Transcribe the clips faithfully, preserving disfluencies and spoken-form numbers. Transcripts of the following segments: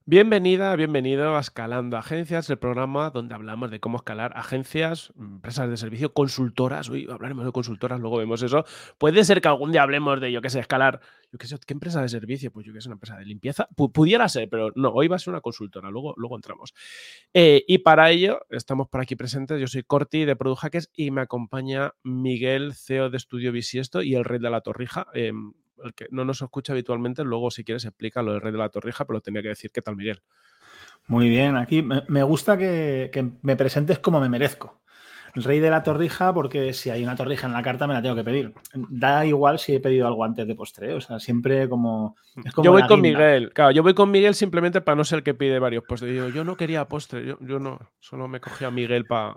Bienvenida, bienvenido a Escalando Agencias, el programa donde hablamos de cómo escalar agencias, empresas de servicio, consultoras. Uy, hablaremos de consultoras, luego vemos eso. Puede ser que algún día hablemos de, yo qué sé, escalar, yo qué sé, ¿qué empresa de servicio? Pues yo qué sé, una empresa de limpieza. Pu- pudiera ser, pero no, hoy va a ser una consultora, luego, luego entramos. Eh, y para ello estamos por aquí presentes. Yo soy Corti de Product Hackers y me acompaña Miguel, C E O de Estudio Bisiesto y el Rey de la Torrija. Eh, el que no nos escucha habitualmente, luego si quieres explica lo del Rey de la Torrija, pero tenía que decir qué tal, Miguel. Muy bien, aquí me, me gusta que, que me presentes como me merezco. El rey de la torrija, porque si hay una torrija en la carta me la tengo que pedir. Da igual si he pedido algo antes de postre, ¿eh? O sea, siempre como... Es Yo como voy la con guinda. Miguel, claro, yo voy con Miguel simplemente para no ser el que pide varios postres. Digo, yo no quería postre, yo, yo no, solo me cogía a Miguel para...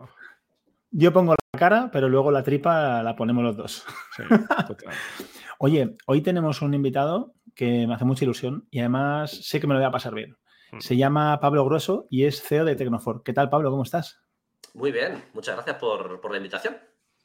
Yo pongo la cara, pero luego la tripa la ponemos los dos. Sí, total. Oye, hoy tenemos un invitado que me hace mucha ilusión y además sé que me lo voy a pasar bien. Se llama Pablo Grueso y es C E O de Tecnofor. ¿Qué tal, Pablo? ¿Cómo estás? Muy bien, muchas gracias por, por la invitación.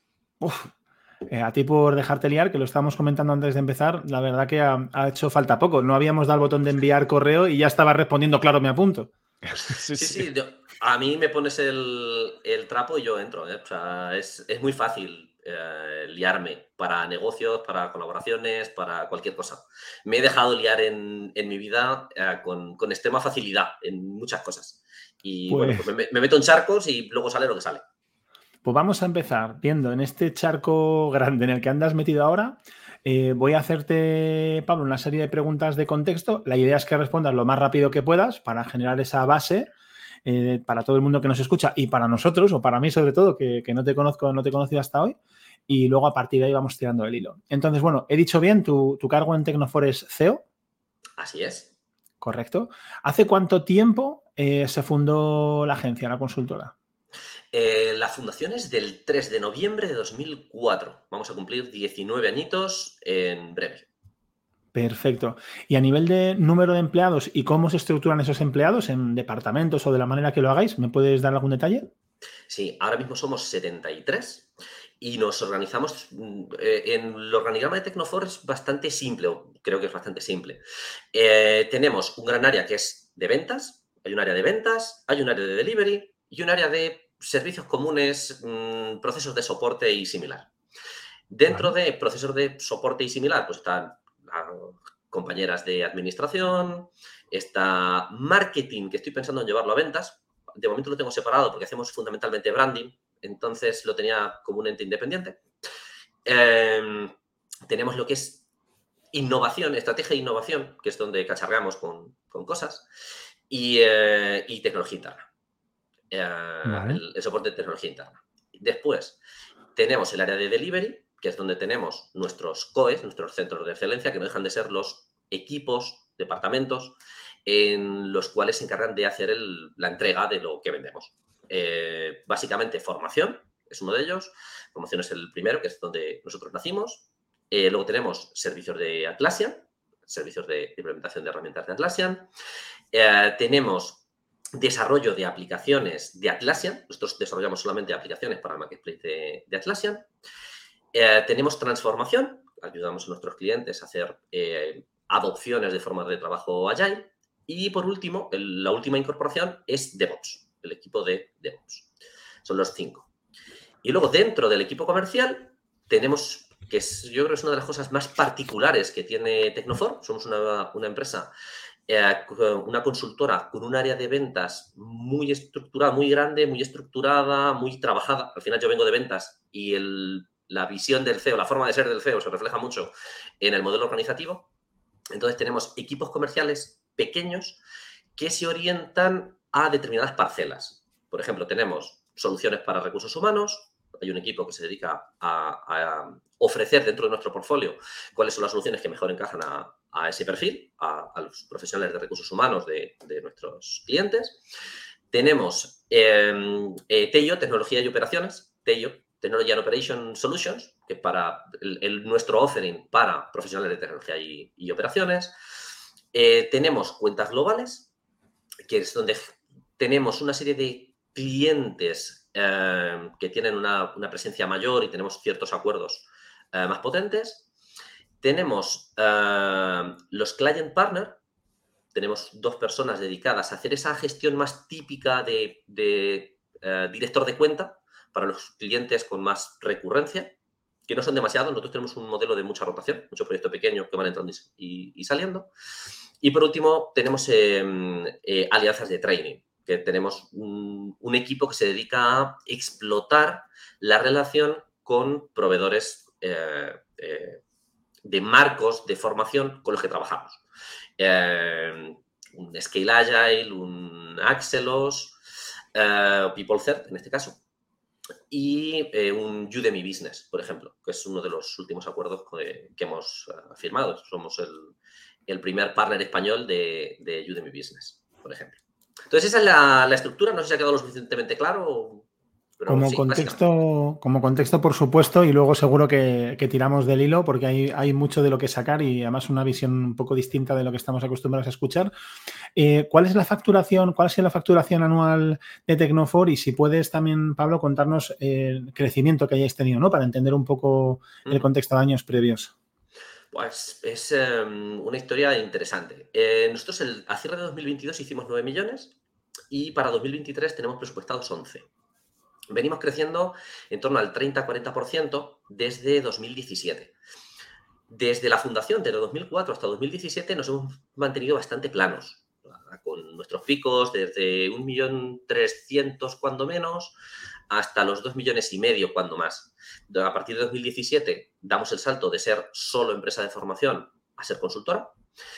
Uf, eh, a ti por dejarte liar, que lo estábamos comentando antes de empezar, la verdad que ha, ha hecho falta poco. No habíamos dado el botón de enviar correo y ya estaba respondiendo, claro, me apunto. Sí, Sí, sí. sí, yo- a mí me pones el, el trapo y yo entro, ¿eh? O sea, es, es muy fácil eh, liarme para negocios, para colaboraciones, para cualquier cosa. Me he dejado liar en, en mi vida eh, con, con extrema facilidad en muchas cosas. Y bueno, pues Pues, me, me meto en charcos y luego sale lo que sale. pues vamos a empezar viendo en este charco grande en el que andas metido ahora. Eh, voy a hacerte, Pablo, una serie de preguntas de contexto. La idea es que respondas lo más rápido que puedas para generar esa base eh, para todo el mundo que nos escucha y para nosotros, o para mí sobre todo, que, que no te conozco, no te he conocido hasta hoy. Y luego a partir de ahí vamos tirando el hilo. Entonces, bueno, he dicho bien, tu, tu cargo en Tecnofor es C E O, Así es. ¿correcto? ¿Hace cuánto tiempo eh, se fundó la agencia, la consultora? Eh, la fundación es del tres de noviembre de dos mil cuatro. Vamos a cumplir diecinueve añitos en breve. Perfecto. Y a nivel de número de empleados y cómo se estructuran esos empleados en departamentos o de la manera que lo hagáis, ¿me puedes dar algún detalle? Sí, ahora mismo somos setenta y tres y nos organizamos mm, eh, en el organigrama de Tecnofor es bastante simple, o creo que es bastante simple. Eh, tenemos un gran área que es de ventas, hay un área de ventas, hay un área de delivery y un área de servicios comunes, mm, procesos de soporte y similar. Dentro Vale. de procesos de soporte y similar, pues están ah, compañeras de administración, está marketing, que estoy pensando en llevarlo a ventas. De momento lo tengo separado porque hacemos fundamentalmente branding, entonces lo tenía como un ente independiente. Eh, tenemos lo que es innovación, estrategia de innovación, que es donde cachargamos con, con cosas, y, eh, y tecnología interna, eh, Vale. el, el soporte de tecnología interna. Después, tenemos el área de delivery, que es donde tenemos nuestros C O Es, nuestros centros de excelencia, que no dejan de ser los equipos, departamentos, en los cuales se encargan de hacer el, la entrega de lo que vendemos. Eh, básicamente, formación es uno de ellos. Formación es el primero, que es donde nosotros nacimos. Eh, luego tenemos servicios de Atlassian, servicios de implementación de herramientas de Atlassian. Eh, tenemos desarrollo de aplicaciones de Atlassian. Nosotros desarrollamos solamente aplicaciones para el marketplace de, de Atlassian. Eh, tenemos transformación. Ayudamos a nuestros clientes a hacer eh, adopciones de formas de trabajo agile. Y por último, el, la última incorporación es DevOps, el equipo de DevOps. Son los cinco. Y luego dentro del equipo comercial tenemos, que es, yo creo que es una de las cosas más particulares que tiene Tecnofor. Somos una, una empresa eh, una consultora con un área de ventas muy estructurada, muy grande, muy estructurada, muy trabajada. Al final yo vengo de ventas y el, la visión del C E O, la forma de ser del C E O se refleja mucho en el modelo organizativo. Entonces tenemos equipos comerciales pequeños que se orientan a determinadas parcelas. Por ejemplo, tenemos soluciones para recursos humanos. Hay un equipo que se dedica a, a ofrecer dentro de nuestro portfolio cuáles son las soluciones que mejor encajan a, a ese perfil, a, a, los profesionales de recursos humanos de, de nuestros clientes. Tenemos eh, eh, T I O, Tecnología y Operaciones, T I O, Technology and Operation Solutions, que es para el, el, nuestro offering para profesionales de tecnología y, y operaciones. Eh, tenemos cuentas globales, que es donde tenemos una serie de clientes eh, que tienen una, una, presencia mayor y tenemos ciertos acuerdos eh, más potentes. Tenemos uh, los client partner, tenemos dos personas dedicadas a hacer esa gestión más típica de, de uh, director de cuenta para los clientes con más recurrencia, que no son demasiados. Nosotros tenemos un modelo de mucha rotación, mucho proyecto pequeño que van entrando y, y saliendo. Y por último, tenemos eh, eh, alianzas de training, que tenemos un, un equipo que se dedica a explotar la relación con proveedores eh, eh, de marcos de formación con los que trabajamos. Eh, un Scale Agile, un Axelos, eh, PeopleCert en este caso, y eh, un Udemy Business, por ejemplo, que es uno de los últimos acuerdos que, que hemos uh, firmado. Somos el, el primer partner español de, de Udemy Business, por ejemplo. Entonces, esa es la, la estructura. No sé si ha quedado lo suficientemente claro. Pero como, sí, contexto, como contexto, por supuesto, y luego seguro que, que tiramos del hilo porque hay, hay mucho de lo que sacar y además una visión un poco distinta de lo que estamos acostumbrados a escuchar. Eh, ¿Cuál es la facturación, cuál ha sido la facturación anual de Tecnofor? Y si puedes también, Pablo, contarnos el crecimiento que hayáis tenido, ¿no? Para entender un poco el contexto de años previos. Pues es eh, una historia interesante. Eh, nosotros el, a cierre de dos mil veintidós hicimos nueve millones y para dos mil veintitrés tenemos presupuestados once. Venimos creciendo en torno al treinta a cuarenta por ciento desde dos mil diecisiete. Desde la fundación, desde dos mil cuatro hasta dos mil diecisiete, nos hemos mantenido bastante planos, con nuestros picos desde un millón trescientos cuando menos hasta los dos millones y medio cuando más. A partir de dos mil diecisiete damos el salto de ser solo empresa de formación a ser consultora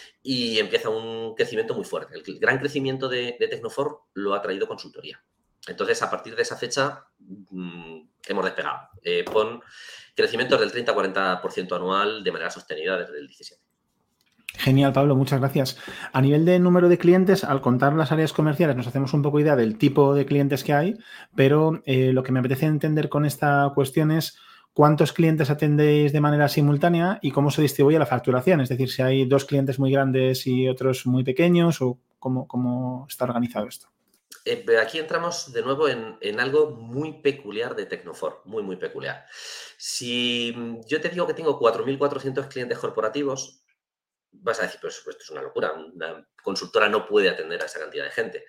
y empieza un crecimiento muy fuerte. El gran crecimiento de, de Tecnofor lo ha traído consultoría. Entonces, a partir de esa fecha, mmm, hemos despegado eh, con crecimientos del treinta a cuarenta por ciento anual de manera sostenida desde el diecisiete. Genial, Pablo, muchas gracias. A nivel de número de clientes, al contar las áreas comerciales nos hacemos un poco idea del tipo de clientes que hay, pero eh, lo que me apetece entender con esta cuestión es cuántos clientes atendéis de manera simultánea y cómo se distribuye la facturación. Es decir, si hay dos clientes muy grandes y otros muy pequeños o cómo, cómo está organizado esto. Eh, aquí entramos de nuevo en, en algo muy peculiar de Tecnofor, muy, muy peculiar. Si yo te digo que tengo cuatro mil cuatrocientos clientes corporativos, vas a decir, pues esto es una locura, una consultora no puede atender a esa cantidad de gente,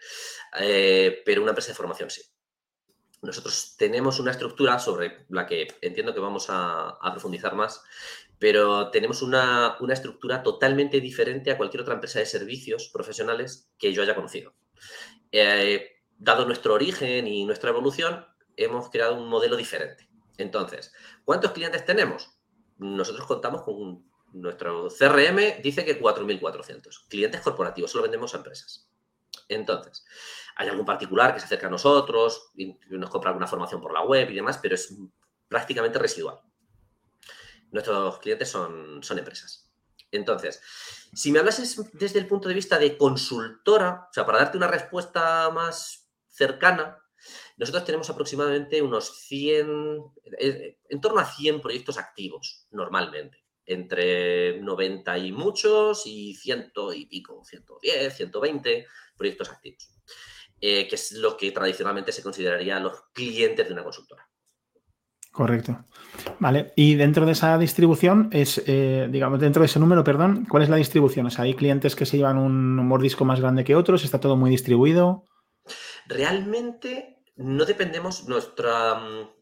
eh, pero una empresa de formación sí. Nosotros tenemos una estructura sobre la que entiendo que vamos a, a profundizar más, pero tenemos una, una estructura totalmente diferente a cualquier otra empresa de servicios profesionales que yo haya conocido. Eh, dado nuestro origen y nuestra evolución, hemos creado un modelo diferente. Entonces, ¿cuántos clientes tenemos? Nosotros contamos con un, nuestro C R M, dice que cuatro mil cuatrocientos. Clientes corporativos, solo vendemos a empresas. Entonces, hay algún particular que se acerca a nosotros y nos compra alguna formación por la web y demás, pero es prácticamente residual. Nuestros clientes son, son empresas. Entonces, si me hablases desde el punto de vista de consultora, o sea, para darte una respuesta más cercana, nosotros tenemos aproximadamente unos cien, en torno a cien proyectos activos, normalmente. Entre noventa y muchos y ciento y pico, ciento diez, ciento veinte proyectos activos, eh, que es lo que tradicionalmente se consideraría los clientes de una consultora. Correcto. Vale, y dentro de esa distribución, es, eh, digamos, dentro de ese número, perdón, ¿cuál es la distribución? O sea, ¿hay clientes que se llevan un mordisco más grande que otros? ¿Está todo muy distribuido? Realmente no dependemos, nuestra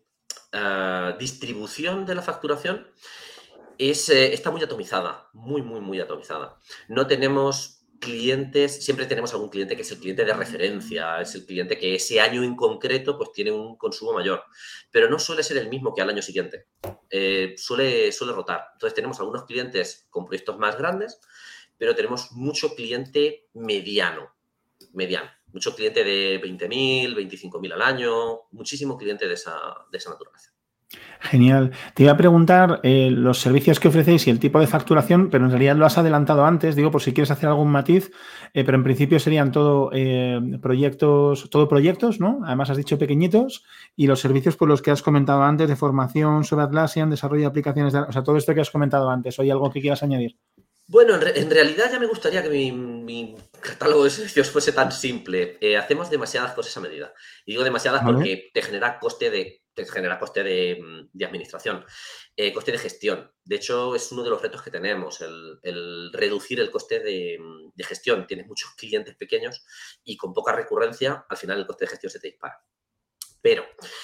uh, distribución de la facturación es, eh, está muy atomizada, muy, muy, muy atomizada. No tenemos clientes, siempre tenemos algún cliente que es el cliente de referencia, es el cliente que ese año en concreto pues tiene un consumo mayor, pero no suele ser el mismo que al año siguiente, eh, suele, suele rotar. Entonces tenemos algunos clientes con proyectos más grandes, pero tenemos mucho cliente mediano, mediano, mucho cliente de veinte mil, veinticinco mil al año, muchísimo cliente de esa, de esa naturaleza. Genial. Te iba a preguntar eh, los servicios que ofrecéis y el tipo de facturación, pero en realidad lo has adelantado antes, digo, por si quieres hacer algún matiz, eh, pero en principio serían todo eh, proyectos, todo proyectos, ¿no? Además has dicho pequeñitos, y los servicios por los que has comentado antes de formación sobre Atlassian, desarrollo de aplicaciones, de, o sea, todo esto que has comentado antes, ¿o hay algo que quieras añadir? Bueno, en, re en realidad ya me gustaría que mi, mi catálogo de servicios fuese tan simple. Eh, hacemos demasiadas cosas a medida. Y digo demasiadas ¿Vale? porque te genera coste de te genera coste de, de administración, eh, coste de gestión. De hecho, es uno de los retos que tenemos, el, el reducir el coste de, de gestión. Tienes muchos clientes pequeños y con poca recurrencia, al final el coste de gestión se te dispara. Pero,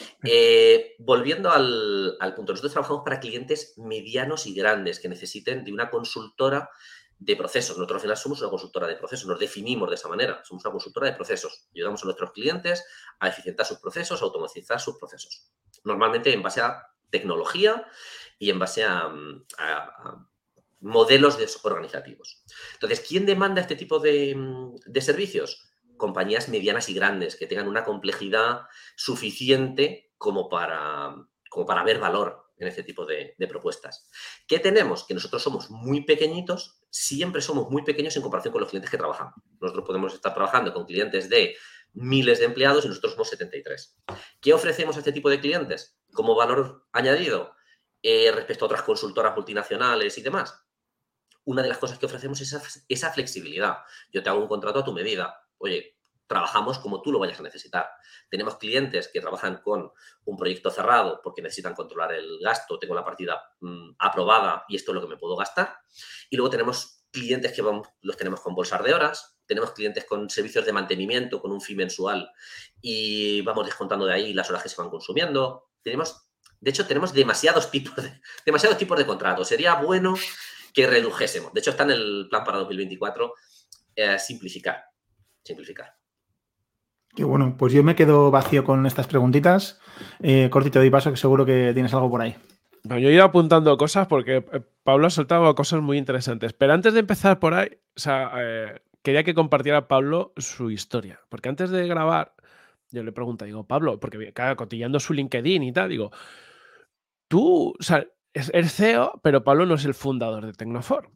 eh, volviendo al, al punto, nosotros trabajamos para clientes medianos y grandes que necesiten de una consultora de procesos. Nosotros al final somos una consultora de procesos, nos definimos de esa manera, somos una consultora de procesos. Ayudamos a nuestros clientes a eficientar sus procesos, a automatizar sus procesos. Normalmente en base a tecnología y en base a, a, a modelos organizativos. Entonces, ¿quién demanda este tipo de, de servicios? Compañías medianas y grandes que tengan una complejidad suficiente como para, como para ver valor en este tipo de, de propuestas. ¿Qué tenemos? Que nosotros somos muy pequeñitos, siempre somos muy pequeños en comparación con los clientes que trabajan. Nosotros podemos estar trabajando con clientes de miles de empleados y nosotros somos setenta y tres. ¿Qué ofrecemos a este tipo de clientes como valor añadido eh, respecto a otras consultoras multinacionales y demás? Una de las cosas que ofrecemos es esa, esa flexibilidad. Yo te hago un contrato a tu medida. Oye, trabajamos como tú lo vayas a necesitar. Tenemos clientes que trabajan con un proyecto cerrado porque necesitan controlar el gasto, tengo la partida mmm, aprobada y esto es lo que me puedo gastar. Y luego tenemos clientes que vamos, los tenemos con bolsas de horas, tenemos clientes con servicios de mantenimiento, con un fee mensual y vamos descontando de ahí las horas que se van consumiendo. Tenemos, de hecho, tenemos demasiados tipos de, demasiados tipos de contratos. Sería bueno que redujésemos. De hecho, está en el plan para dos mil veinticuatro, eh, simplificar. Simplificar. Qué bueno, pues yo me quedo vacío con estas preguntitas. Eh, cortito doy paso, que seguro que tienes algo por ahí. Bueno, yo he ido apuntando cosas porque Pablo ha soltado cosas muy interesantes. Pero antes de empezar por ahí, o sea, eh, quería que compartiera Pablo su historia. Porque antes de grabar, yo le pregunto, digo, Pablo, porque cada cotillando su LinkedIn y tal, digo, tú, o sea, eres C E O, pero Pablo no es el fundador de Tecnofor.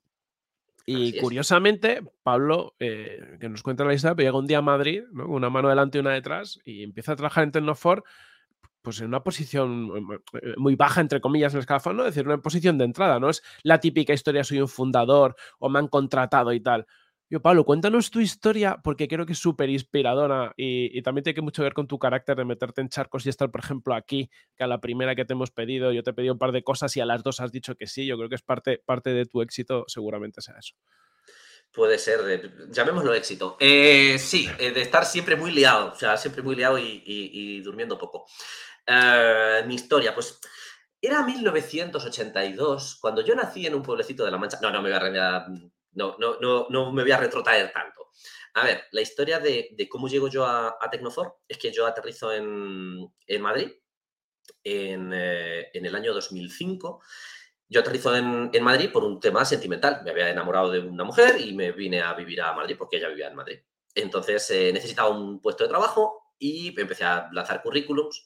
Y curiosamente, Pablo, eh, que nos cuenta la historia, llega un día a Madrid, ¿no? Con una mano delante y una detrás, y empieza a trabajar en Tecnofor, pues en una posición muy baja, entre comillas, en el escalafón, ¿no? Es decir, una posición de entrada, no es la típica historia, soy un fundador o me han contratado y tal. Yo, Pablo, cuéntanos tu historia, porque creo que es súper inspiradora y, y también tiene que mucho ver con tu carácter de meterte en charcos y estar, por ejemplo, aquí, que a la primera que te hemos pedido, yo te he pedido un par de cosas y a las dos has dicho que sí. Yo creo que es parte, parte de tu éxito, seguramente sea eso. Puede ser, de, llamémoslo éxito. Eh, sí, eh, de estar siempre muy liado, o sea, siempre muy liado y, y, y durmiendo poco. Uh, mi historia, pues era mil novecientos ochenta y dos, cuando yo nací en un pueblecito de La Mancha. No, no me voy a remediar, no, no, no, no me voy a retrotraer tanto. A ver, la historia de, de cómo llego yo a, a Tecnofor es que yo aterrizo en, en Madrid en, eh, en el año dos mil cinco. Yo aterrizo en, en Madrid por un tema sentimental. Me había enamorado de una mujer y me vine a vivir a Madrid porque ella vivía en Madrid. Entonces eh, necesitaba un puesto de trabajo y empecé a lanzar currículums.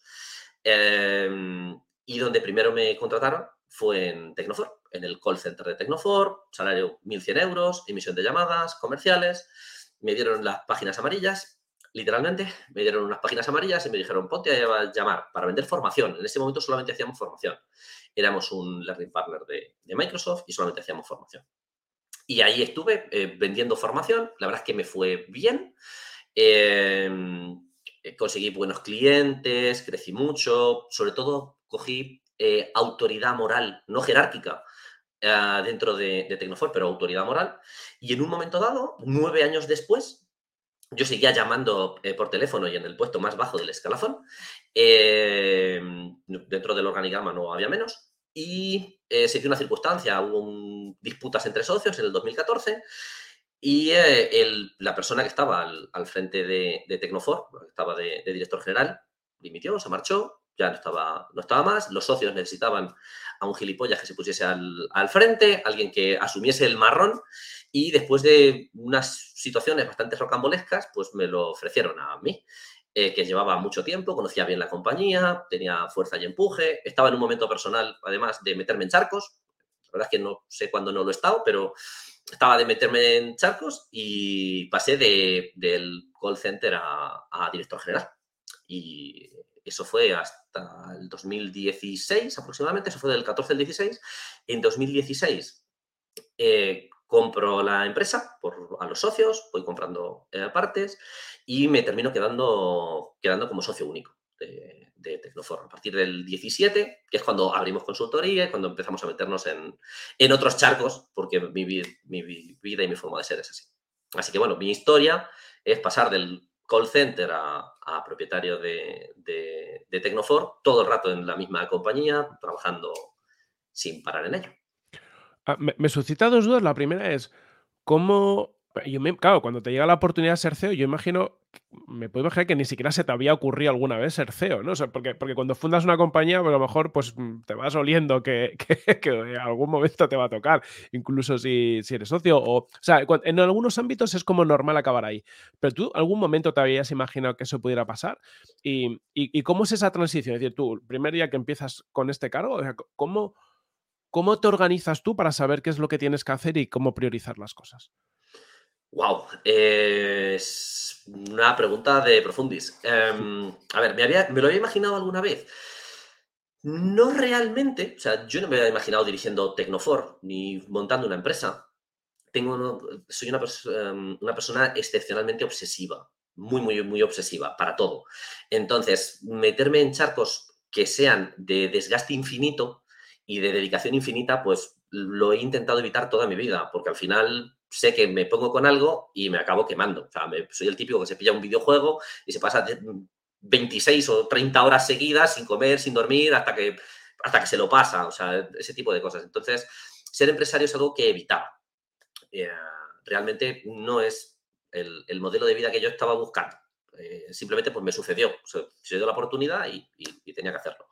Eh, y donde primero me contrataron fue en Tecnofor, en el call center de Tecnofor, salario mil cien euros, emisión de llamadas comerciales. Me dieron las páginas amarillas, literalmente, me dieron unas páginas amarillas y me dijeron, ponte a llamar para vender formación. En ese momento solamente hacíamos formación. Éramos un learning partner de, de Microsoft y solamente hacíamos formación. Y ahí estuve eh, vendiendo formación. La verdad es que me fue bien. Eh, conseguí buenos clientes, crecí mucho. Sobre todo, cogí eh, autoridad moral, no jerárquica, eh, dentro de, de Tecnofor, pero autoridad moral. Y en un momento dado, nueve años después, yo seguía llamando eh, por teléfono y en el puesto más bajo del escalafón. Eh, dentro del organigrama no había menos. Y eh, se dio una circunstancia, hubo un, disputas entre socios en el dos mil catorce y eh, el, la persona que estaba al, al frente de, de Tecnofor, que estaba de, de director general, dimitió, se marchó, ya no estaba, no estaba más. Los socios necesitaban a un gilipollas que se pusiese al, al frente, alguien que asumiese el marrón. Y después de unas situaciones bastante rocambolescas, pues me lo ofrecieron a mí, eh, que llevaba mucho tiempo, conocía bien la compañía, tenía fuerza y empuje, estaba en un momento personal, además, de meterme en charcos. La verdad es que no sé cuándo no lo he estado, pero estaba de meterme en charcos y pasé de, del call center a, a director general. Y eso fue hasta el dos mil dieciséis aproximadamente, eso fue del catorce al dieciséis. En dos mil dieciséis eh, compro la empresa por, a los socios, voy comprando eh, partes y me termino quedando, quedando como socio único de, de Tecnofor. A partir del diecisiete, que es cuando abrimos consultoría y cuando empezamos a meternos en, en otros charcos, porque mi, mi vida y mi forma de ser es así. Así que, bueno, mi historia es pasar del call center a, a propietario de, de, de Tecnofor, todo el rato en la misma compañía, trabajando sin parar en ello. Ah, me, me suscita dos dudas. La primera es, ¿cómo...? Yo me, claro, cuando te llega la oportunidad de ser C E O, yo imagino, me puedo imaginar que ni siquiera se te había ocurrido alguna vez ser C E O, ¿no? O sea, porque, porque cuando fundas una compañía, pues a lo mejor pues, te vas oliendo que, que, que en algún momento te va a tocar, incluso si, si eres socio. O, o sea, en algunos ámbitos es como normal acabar ahí. Pero tú, ¿algún momento te habías imaginado que eso pudiera pasar? ¿Y, y, y cómo es esa transición? Es decir, tú, el primer día que empiezas con este cargo, o sea, ¿cómo, ¿cómo te organizas tú para saber qué es lo que tienes que hacer y cómo priorizar las cosas? Wow, eh, es una pregunta de profundis. Eh, a ver, ¿me, había, ¿me lo había imaginado alguna vez? No realmente. O sea, yo no me había imaginado dirigiendo Tecnofor ni montando una empresa. Tengo, soy una, pers una persona excepcionalmente obsesiva, muy, muy, muy obsesiva para todo. Entonces, meterme en charcos que sean de desgaste infinito y de dedicación infinita, pues lo he intentado evitar toda mi vida, porque al final sé que me pongo con algo y me acabo quemando. O sea, me, soy el típico que se pilla un videojuego y se pasa veintiséis o treinta horas seguidas sin comer, sin dormir, hasta que, hasta que se lo pasa. O sea, ese tipo de cosas. Entonces, ser empresario es algo que evitaba. Eh, realmente no es el, el modelo de vida que yo estaba buscando. Eh, simplemente pues me sucedió. O sea, se dio la oportunidad y, y, y tenía que hacerlo.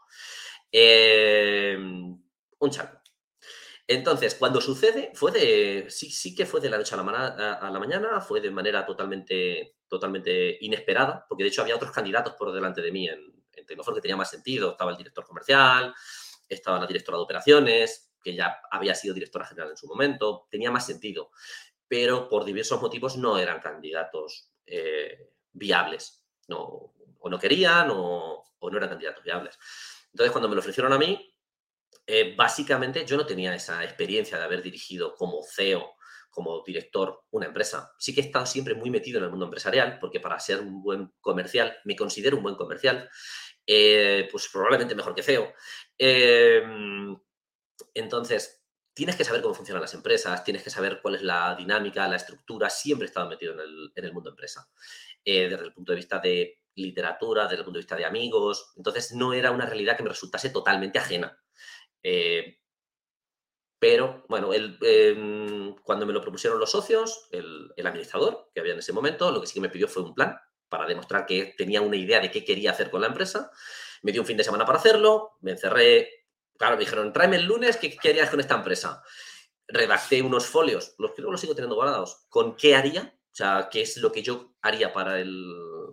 Eh, un charco. Entonces, cuando sucede, fue de, sí, sí que fue de la noche a la, a, a la mañana, fue de manera totalmente, totalmente inesperada, porque de hecho había otros candidatos por delante de mí en, en Tecnofor que tenía más sentido. Estaba el director comercial, estaba la directora de operaciones, que ya había sido directora general en su momento, tenía más sentido, pero por diversos motivos no eran candidatos eh, viables, no, o no querían o, o no eran candidatos viables. Entonces, cuando me lo ofrecieron a mí, eh, básicamente yo no tenía esa experiencia de haber dirigido como C E O, como director, una empresa. Sí que he estado siempre muy metido en el mundo empresarial, porque para ser un buen comercial, me considero un buen comercial, eh, pues probablemente mejor que C E O. Eh, entonces, tienes que saber cómo funcionan las empresas, tienes que saber cuál es la dinámica, la estructura. Siempre he estado metido en el, en el mundo empresa, eh, desde el punto de vista de literatura, desde el punto de vista de amigos. Entonces, no era una realidad que me resultase totalmente ajena. Eh, pero, bueno, el, eh, cuando me lo propusieron los socios, el, el administrador que había en ese momento, lo que sí que me pidió fue un plan para demostrar que tenía una idea de qué quería hacer con la empresa. Me dio un fin de semana para hacerlo, me encerré. Claro, me dijeron, tráeme el lunes, ¿qué querías con esta empresa? Redacté unos folios, los que luego los sigo teniendo guardados, con qué haría, o sea, qué es lo que yo haría para, el,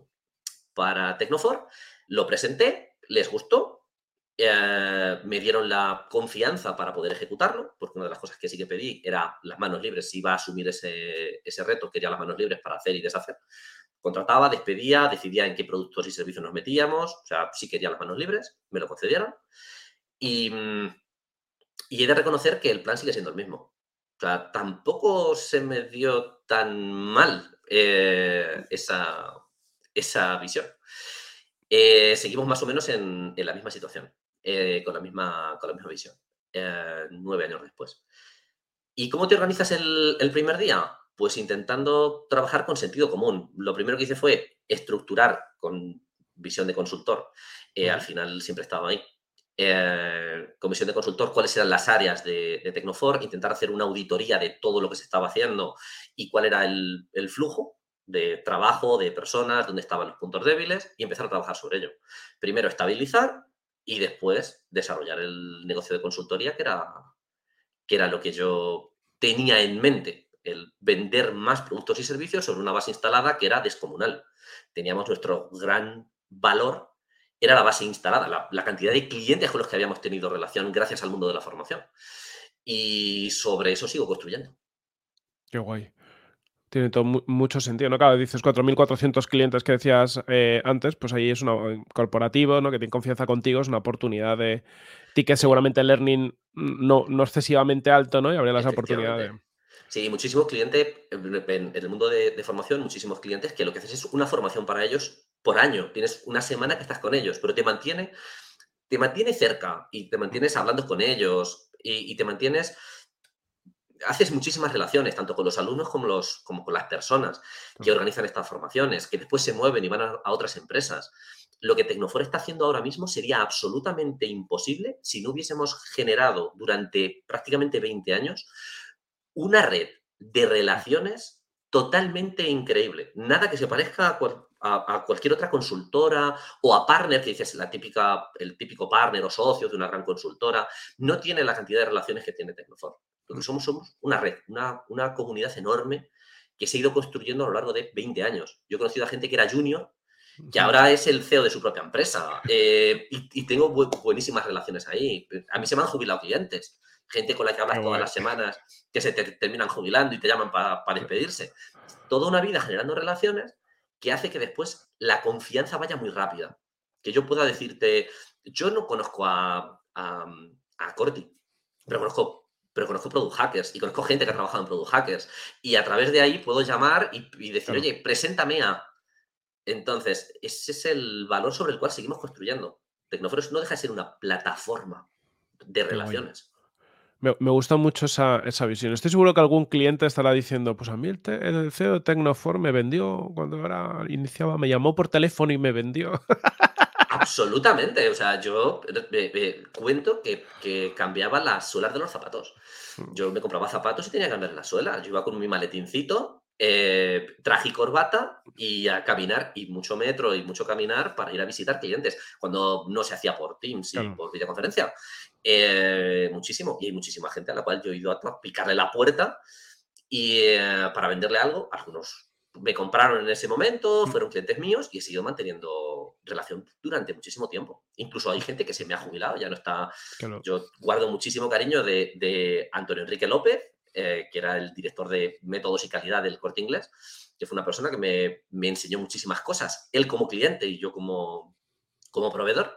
para Tecnofor. Lo presenté, les gustó. Eh, me dieron la confianza para poder ejecutarlo, porque una de las cosas que sí que pedí era las manos libres. Si iba a asumir ese, ese reto, quería las manos libres para hacer y deshacer. Contrataba, despedía, decidía en qué productos y servicios nos metíamos. O sea, sí quería las manos libres, me lo concedieron. Y, y he de reconocer que el plan sigue siendo el mismo. O sea, tampoco se me dio tan mal eh, esa, esa visión. Eh, seguimos más o menos en, en la misma situación, eh, con, la misma, con la misma visión, eh, nueve años después. ¿Y cómo te organizas el, el primer día? Pues intentando trabajar con sentido común. Lo primero que hice fue estructurar con visión de consultor. Eh, al final siempre he estado ahí. Eh, con visión de consultor, cuáles eran las áreas de, de Tecnofor, intentar hacer una auditoría de todo lo que se estaba haciendo y cuál era el, el flujo de trabajo, de personas, dónde estaban los puntos débiles y empezar a trabajar sobre ello. Primero estabilizar y después desarrollar el negocio de consultoría, que era, que era lo que yo tenía en mente, el vender más productos y servicios sobre una base instalada que era descomunal. Teníamos nuestro gran valor, era la base instalada, la, la cantidad de clientes con los que habíamos tenido relación gracias al mundo de la formación. Y sobre eso sigo construyendo. Qué guay. Tiene todo mu mucho sentido, ¿no? Claro, dices cuatro mil cuatrocientos clientes que decías eh, antes, pues ahí es un corporativo, ¿no? Que tiene confianza contigo, es una oportunidad de ticket, seguramente el earning no, no excesivamente alto, ¿no? Y habría esa oportunidad de... Sí, muchísimos clientes, en en el mundo de, de formación, muchísimos clientes que lo que haces es una formación para ellos por año. Tienes una semana que estás con ellos, pero te mantiene, te mantiene cerca y te mantienes hablando con ellos y, y te mantienes, haces muchísimas relaciones, tanto con los alumnos como, los, como con las personas que organizan estas formaciones, que después se mueven y van a, a otras empresas. Lo que Tecnofor está haciendo ahora mismo sería absolutamente imposible si no hubiésemos generado durante prácticamente veinte años una red de relaciones totalmente increíble. Nada que se parezca a, cual- a- a cualquier otra consultora o a partner, que dices, la típica, el típico partner o socio de una gran consultora, no tiene la cantidad de relaciones que tiene Tecnofor. Lo que somos somos una red, una, una comunidad enorme que se ha ido construyendo a lo largo de veinte años. Yo he conocido a gente que era junior, que ahora es el C E O de su propia empresa, eh, y, y tengo bu- buenísimas relaciones ahí. A mí se me han jubilado clientes, gente con la que Qué hablas todas guay. las semanas, que se te terminan jubilando y te llaman para despedirse. Toda una vida generando relaciones que hace que después la confianza vaya muy rápida. Que yo pueda decirte, yo no conozco a, a, a Corti, pero conozco, pero conozco Product Hackers y conozco gente que ha trabajado en Product Hackers. Y a través de ahí puedo llamar y, y decir, Claro. oye, preséntame a... Entonces, ese es el valor sobre el cual seguimos construyendo. Tecnoforos no deja de ser una plataforma de Qué guay. relaciones. Me, me gusta mucho esa, esa visión. Estoy seguro que algún cliente estará diciendo, pues a mí el, te- el C E O de Tecnofor me vendió cuando era, iniciaba, me llamó por teléfono y me vendió. Absolutamente. O sea, yo eh, eh, cuento que, que cambiaba las suelas de los zapatos. Yo me compraba zapatos y tenía que cambiar las suelas. Yo iba con mi maletincito, eh, traje y corbata y a caminar, y mucho metro y mucho caminar para ir a visitar clientes, cuando no se hacía por Teams y Claro. por videoconferencia. Eh, muchísimo. Y hay muchísima gente a la cual yo he ido a picarle la puerta y eh, para venderle algo. Algunos me compraron en ese momento, fueron clientes míos y he seguido manteniendo relación durante muchísimo tiempo. Incluso hay gente que se me ha jubilado, ya no está. Claro. Yo guardo muchísimo cariño de, de Antonio Enrique López, eh, que era el director de métodos y calidad del Corte Inglés, que fue una persona que me, me enseñó muchísimas cosas, él como cliente y yo como, como proveedor.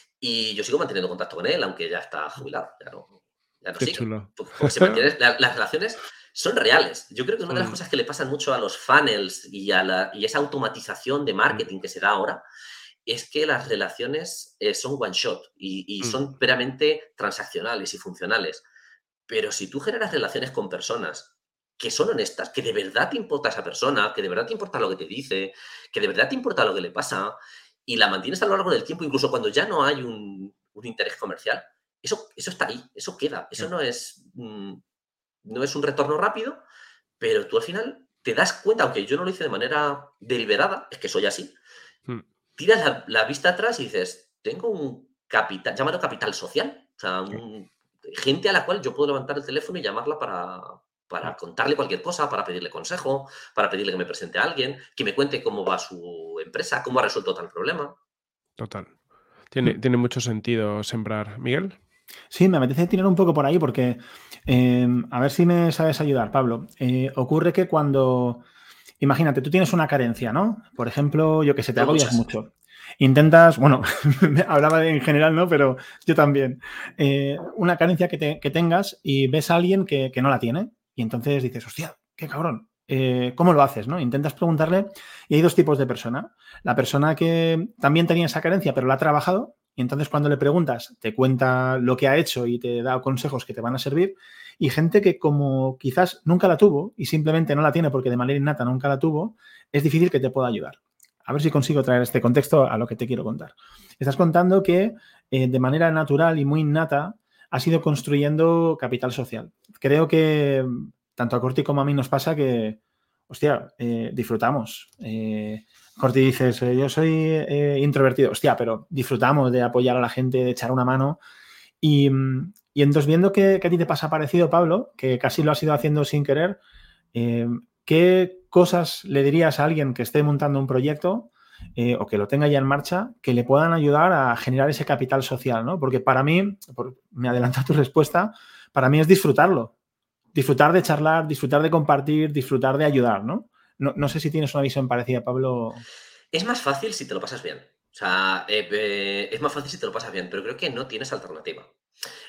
Y yo sigo manteniendo contacto con él, aunque ya está jubilado, ya no, ya no Qué sigue. chulo. Porque se mantienen, la- las relaciones son reales. Yo creo que una de las Son, cosas que le pasan mucho a los funnels y a la, y esa automatización de marketing que se da ahora es que las relaciones eh, son one shot y, y mm, son meramente transaccionales y funcionales. Pero si tú generas relaciones con personas que son honestas, que de verdad te importa esa persona, que de verdad te importa lo que te dice, que de verdad te importa lo que le pasa, y la mantienes a lo largo del tiempo, incluso cuando ya no hay un, un interés comercial, eso, eso está ahí, eso queda. Eso claro. no es, mm, no es un retorno rápido, pero tú al final te das cuenta, aunque yo no lo hice de manera deliberada, es que soy así, Mm, tiras la, la vista atrás y dices, tengo un capital, llámalo capital social, o sea, claro. un- gente a la cual yo puedo levantar el teléfono y llamarla para, Mm, para contarle cualquier cosa, para pedirle consejo, para pedirle que me presente a alguien, que me cuente cómo va su empresa, cómo ha resuelto tal problema. Total. Tiene, tiene mucho sentido sembrar. Miguel. Sí, me apetece tirar un poco por ahí porque, eh, a ver si me sabes ayudar, Pablo. Eh, ocurre que cuando, imagínate, tú tienes una carencia, ¿no? Por ejemplo, yo que sé, te Tengo agobias muchas. mucho. Intentas, bueno, hablaba de en general, ¿no? Pero yo también. Eh, una carencia que, te- que tengas y ves a alguien que, que no la tiene y entonces dices, hostia, qué cabrón. Eh, ¿cómo lo haces, no? Intentas preguntarle y hay dos tipos de persona. La persona que también tenía esa carencia pero la ha trabajado y entonces cuando le preguntas te cuenta lo que ha hecho y te da consejos que te van a servir, y gente que como quizás nunca la tuvo y simplemente no la tiene porque de manera innata nunca la tuvo, es difícil que te pueda ayudar. A ver si consigo traer este contexto a lo que te quiero contar. Estás contando que eh, de manera natural y muy innata has ido construyendo capital social. Creo que tanto a Corti como a mí nos pasa que, hostia, eh, disfrutamos. Eh, Corti dices, eh, yo soy eh, introvertido, hostia, pero disfrutamos de apoyar a la gente, de echar una mano. Y, y entonces, viendo que, que a ti te pasa parecido, Pablo, que casi lo has ido haciendo sin querer, eh, ¿qué cosas le dirías a alguien que esté montando un proyecto eh, o que lo tenga ya en marcha que le puedan ayudar a generar ese capital social, ¿no? Porque para mí, por, me adelanta tu respuesta, para mí es disfrutarlo. Disfrutar de charlar, disfrutar de compartir, disfrutar de ayudar, ¿no? No, no sé si tienes una visión parecida, Pablo. Es más fácil si te lo pasas bien. O sea, eh, eh, es más fácil si te lo pasas bien, pero creo que no tienes alternativa.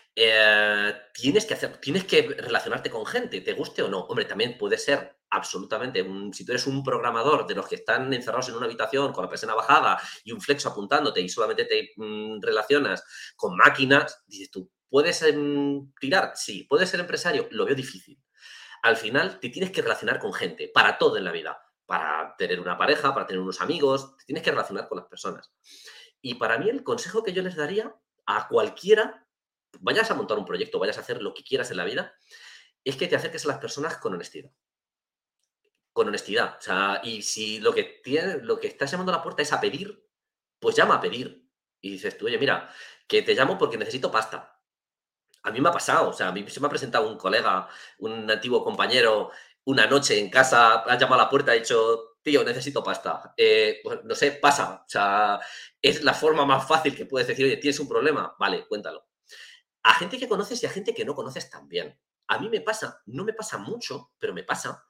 Eh, tienes que hacer, tienes que relacionarte con gente, te guste o no. Hombre, también puede ser absolutamente, un, si tú eres un programador de los que están encerrados en una habitación con la persiana bajada y un flexo apuntándote y solamente te mm, relacionas con máquinas, dices tú, ¿puedes em, tirar? Sí. ¿Puedes ser empresario? Lo veo difícil. Al final te tienes que relacionar con gente, para todo en la vida. Para tener una pareja, para tener unos amigos, te tienes que relacionar con las personas. Y para mí el consejo que yo les daría a cualquiera, vayas a montar un proyecto, vayas a hacer lo que quieras en la vida, es que te acerques a las personas con honestidad. Con honestidad. O sea, y si lo que, tiene, lo que estás llamando a la puerta es a pedir, pues llama a pedir. Y dices tú, oye, mira, que te llamo porque necesito pasta. A mí me ha pasado, o sea, a mí se me ha presentado un colega, un antiguo compañero, una noche en casa, ha llamado a la puerta y ha dicho, tío, necesito pasta. Eh, pues, no sé, pasa. O sea, es la forma más fácil que puedes decir, oye, ¿tienes un problema? Vale, cuéntalo. A gente que conoces y a gente que no conoces también. A mí me pasa, no me pasa mucho, pero me pasa,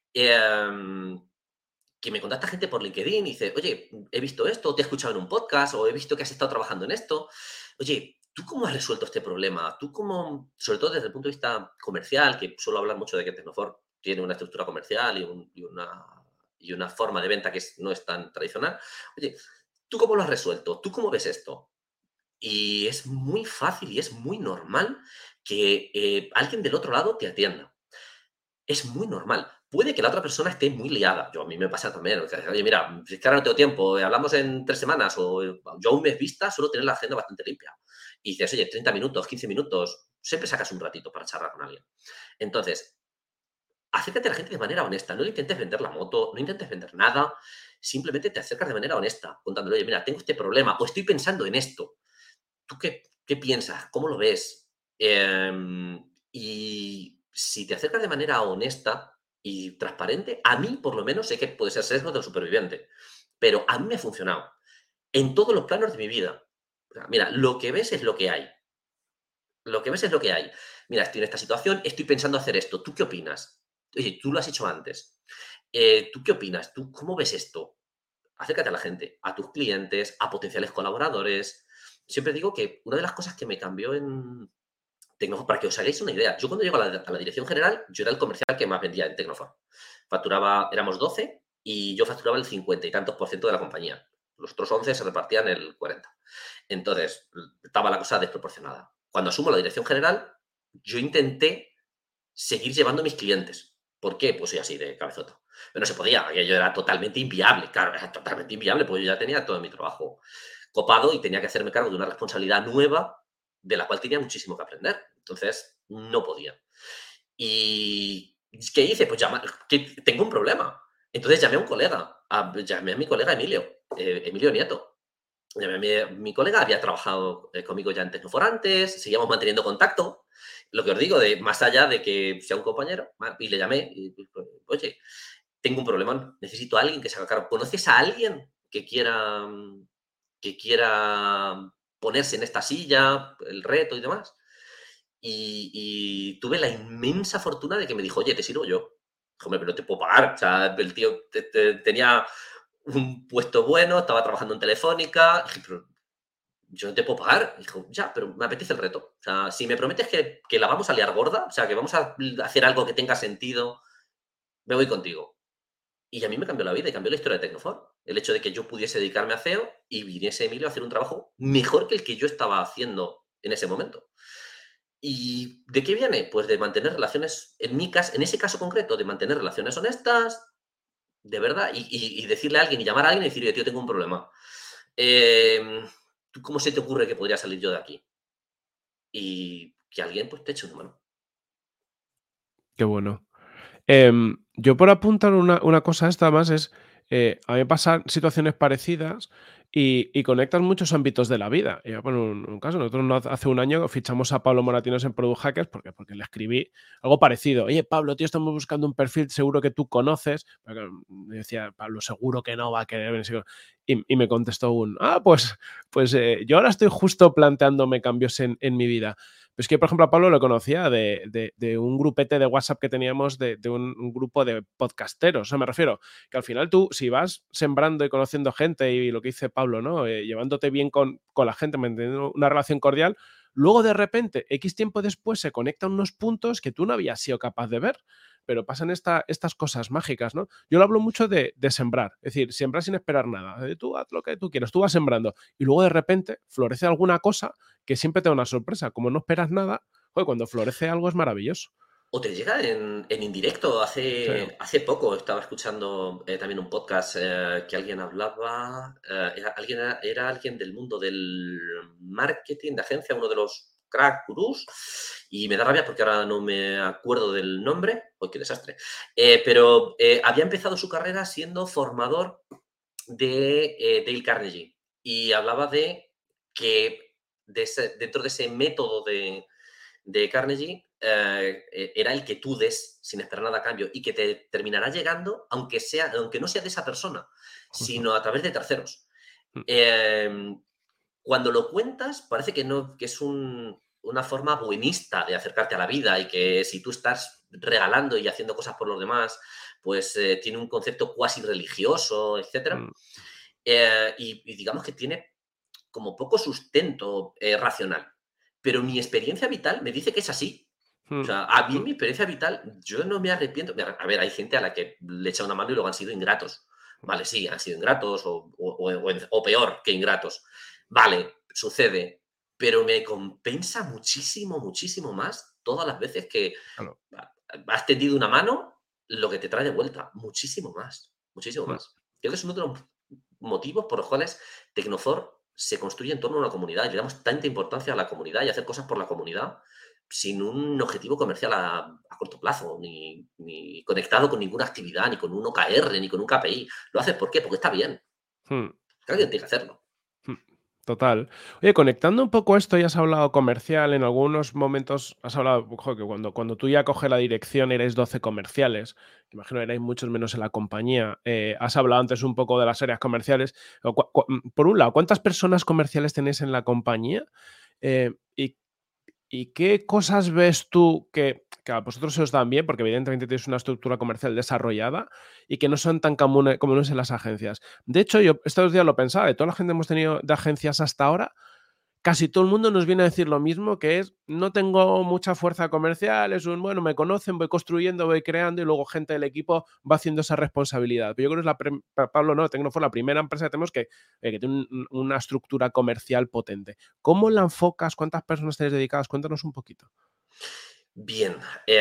em, que me contacta gente por LinkedIn y dice, oye, he visto esto, te he escuchado en un podcast, o he visto que has estado trabajando en esto. Oye, ¿tú cómo has resuelto este problema? ¿Tú cómo, sobre todo desde el punto de vista comercial, que suelo hablar mucho de que Tecnofor tiene una estructura comercial y, un- y una, y una forma de venta que es- no es tan tradicional? Oye, ¿tú cómo lo has resuelto? ¿Tú cómo ves esto? Y es muy fácil y es muy normal que eh, alguien del otro lado te atienda. Es muy normal. Puede que la otra persona esté muy liada. Yo, a mí me pasa también. O sea, oye, mira, si es que ahora no tengo tiempo, eh, hablamos en tres semanas o eh, yo a un mes vista suelo tener la agenda bastante limpia. Y dices, oye, treinta minutos, quince minutos, siempre sacas un ratito para charlar con alguien. Entonces, acércate a la gente de manera honesta. No le intentes vender la moto, no intentes vender nada. Simplemente te acercas de manera honesta, contándole, oye, mira, tengo este problema o estoy pensando en esto. ¿Tú qué, qué piensas? ¿Cómo lo ves? Em, y si te acercas de manera honesta y transparente, a mí por lo menos sé que puede ser sesgo del superviviente, pero a mí me ha funcionado en todos los planos de mi vida. O sea, mira, lo que ves es lo que hay. Lo que ves es lo que hay. Mira, estoy en esta situación, estoy pensando hacer esto. ¿Tú qué opinas? Oye, tú lo has hecho antes. Eh, ¿Tú qué opinas? ¿Tú cómo ves esto? Acércate a la gente, a tus clientes, a potenciales colaboradores. Siempre digo que una de las cosas que me cambió en Tecnofor, para que os hagáis una idea, yo cuando llego a la, a la dirección general, yo era el comercial que más vendía en Tecnofor. Facturaba, éramos doce y yo facturaba el cincuenta y tantos por ciento de la compañía. Los otros once se repartían el cuarenta. Entonces, estaba la cosa desproporcionada. Cuando asumo la dirección general, yo intenté seguir llevando a mis clientes. ¿Por qué? Pues soy así de cabezota. Pero no se podía, aquello era totalmente inviable, claro, era totalmente inviable, porque yo ya tenía todo mi trabajo copado y tenía que hacerme cargo de una responsabilidad nueva de la cual tenía muchísimo que aprender. Entonces, no podía. ¿Y qué hice? Pues llamar, que tengo un problema. Entonces llamé a un colega, a- llamé a mi colega Emilio, eh, Emilio Nieto. Llamé a mi, mi colega, había trabajado eh, conmigo ya en Tecnofor antes, seguíamos manteniendo contacto. Lo que os digo, de más allá de que sea un compañero, ma- y le llamé, y, pues, oye, tengo un problema, necesito a alguien que se haga cargo. ¿Conoces a alguien que quiera, mm, que quiera ponerse en esta silla, el reto y demás? Y, y tuve la inmensa fortuna de que me dijo, oye, te sirvo yo. Hombre, pero no te puedo pagar. O sea, el tío te- te- tenía un puesto bueno, estaba trabajando en Telefónica. Dije, pero yo no te puedo pagar. Dijo, ya, pero me apetece el reto. O sea, si me prometes que, que la vamos a liar gorda, o sea, que vamos a hacer algo que tenga sentido, me voy contigo. Y a mí me cambió la vida y cambió la historia de Tecnofor. El hecho de que yo pudiese dedicarme a C E O y viniese Emilio a hacer un trabajo mejor que el que yo estaba haciendo en ese momento. ¿Y de qué viene? Pues de mantener relaciones, en mi caso, en ese caso concreto, de mantener relaciones honestas, de verdad, y, y- y decirle a alguien y llamar a alguien y decirle, tío, tengo un problema. Em, ¿tú cómo se te ocurre que podría salir yo de aquí? Y que alguien pues te eche una mano. Qué bueno. Em, yo por apuntar una, una cosa esta más es, eh, a mí me pasan situaciones parecidas y, y conectan muchos ámbitos de la vida. Y voy a poner un, un caso, nosotros no hace hace un año fichamos a Pablo Moratinos en Product Hackers porque, porque le escribí algo parecido. Oye, Pablo, tío, estamos buscando un perfil seguro que tú conoces. Pero me decía, Pablo, seguro que no va a querer venir. Y, y me contestó un, ah, pues, pues eh, yo ahora estoy justo planteándome cambios en, en mi vida. Pero es que, por ejemplo, a Pablo lo conocía de, de, de un grupete de WhatsApp que teníamos de, de un, un, grupo de podcasteros. O sea, me refiero que al final tú, si vas sembrando y conociendo gente y lo que dice Pablo, ¿no? Eh, llevándote bien con, con la gente, manteniendo una relación cordial, Luego, de repente, X tiempo después, se conectan unos puntos que tú no habías sido capaz de ver, pero pasan esta, estas cosas mágicas, ¿no? Yo lo hablo mucho de, de sembrar, es decir, sembrar sin esperar nada. De tú haz lo que tú quieras, tú vas sembrando y luego de repente florece alguna cosa que siempre te da una sorpresa. Como no esperas nada, joder, cuando florece algo es maravilloso. O te llega en, en indirecto. Sí. Hace, hace poco estaba escuchando eh, también un podcast eh, que alguien hablaba, eh, era, alguien, era, era alguien del mundo del marketing, de agencia, uno de los crack gurús, y me da rabia porque ahora no me acuerdo del nombre. ¡Uy, qué desastre! Eh, pero eh, había empezado su carrera siendo formador de eh, Dale Carnegie y hablaba de que de ese- dentro de ese método de, de Carnegie eh, eh, era el que tú des sin esperar nada a cambio y que te terminará llegando, aunque, sea, aunque no sea de esa persona, Ujú. sino a través de terceros. Mm. Eh, Cuando lo cuentas, parece que, no, que es un- una forma buenista de acercarte a la vida y que si tú estás regalando y haciendo cosas por los demás, pues eh, tiene un concepto cuasi religioso, etcétera. Mm. Eh, y, y digamos que tiene como poco sustento eh, racional. Pero mi experiencia vital me dice que es así. O Mm. sea, a mí en Mm. mi experiencia vital, yo no me arrepiento. Me arre- A ver, hay gente a la que le echa una mano y luego han sido ingratos. Vale, sí, han sido ingratos o, o- o- o- o peor que ingratos. Vale, sucede. Pero me compensa muchísimo, muchísimo más todas las veces que Claro. has tendido una mano, lo que te trae de vuelta. Muchísimo más, muchísimo Mm. más. Creo que es uno de los motivos por los cuales Tecnofor se construye en torno a una comunidad y le damos tanta importancia a la comunidad y hacer cosas por la comunidad sin un objetivo comercial a, a corto plazo, ni, ni conectado con ninguna actividad, ni con un O K R, ni con un K P I. ¿Lo haces por qué? Porque está bien. Mm. Alguien tiene que hacerlo. Mm. Total. Oye, conectando un poco esto, ya has hablado comercial, en algunos momentos has hablado, ojo, que cuando, cuando tú ya coges la dirección erais doce comerciales, que imagino erais muchos menos en la compañía. Eh, has hablado antes un poco de las áreas comerciales. O cua- cua- mm, Por un lado, ¿cuántas personas comerciales tenéis en la compañía? Eh, y ¿Y qué cosas ves tú que, que a vosotros se os dan bien? Porque evidentemente tienes una estructura comercial desarrollada y que no son tan comune- comunes en las agencias. De hecho, yo estos días lo pensaba, de toda la gente que hemos tenido de agencias hasta ahora, casi todo el mundo nos viene a decir lo mismo, que es, no tengo mucha fuerza comercial, es un, bueno, me conocen, voy construyendo, voy creando y luego gente del equipo va haciendo esa responsabilidad. Pero yo creo que es la, prim- Pa- Pablo, no, Tecno fue la primera empresa que tenemos que, eh, que tiene un- una estructura comercial potente. ¿Cómo la enfocas? ¿Cuántas personas tenéis dedicadas? Cuéntanos un poquito. Bien.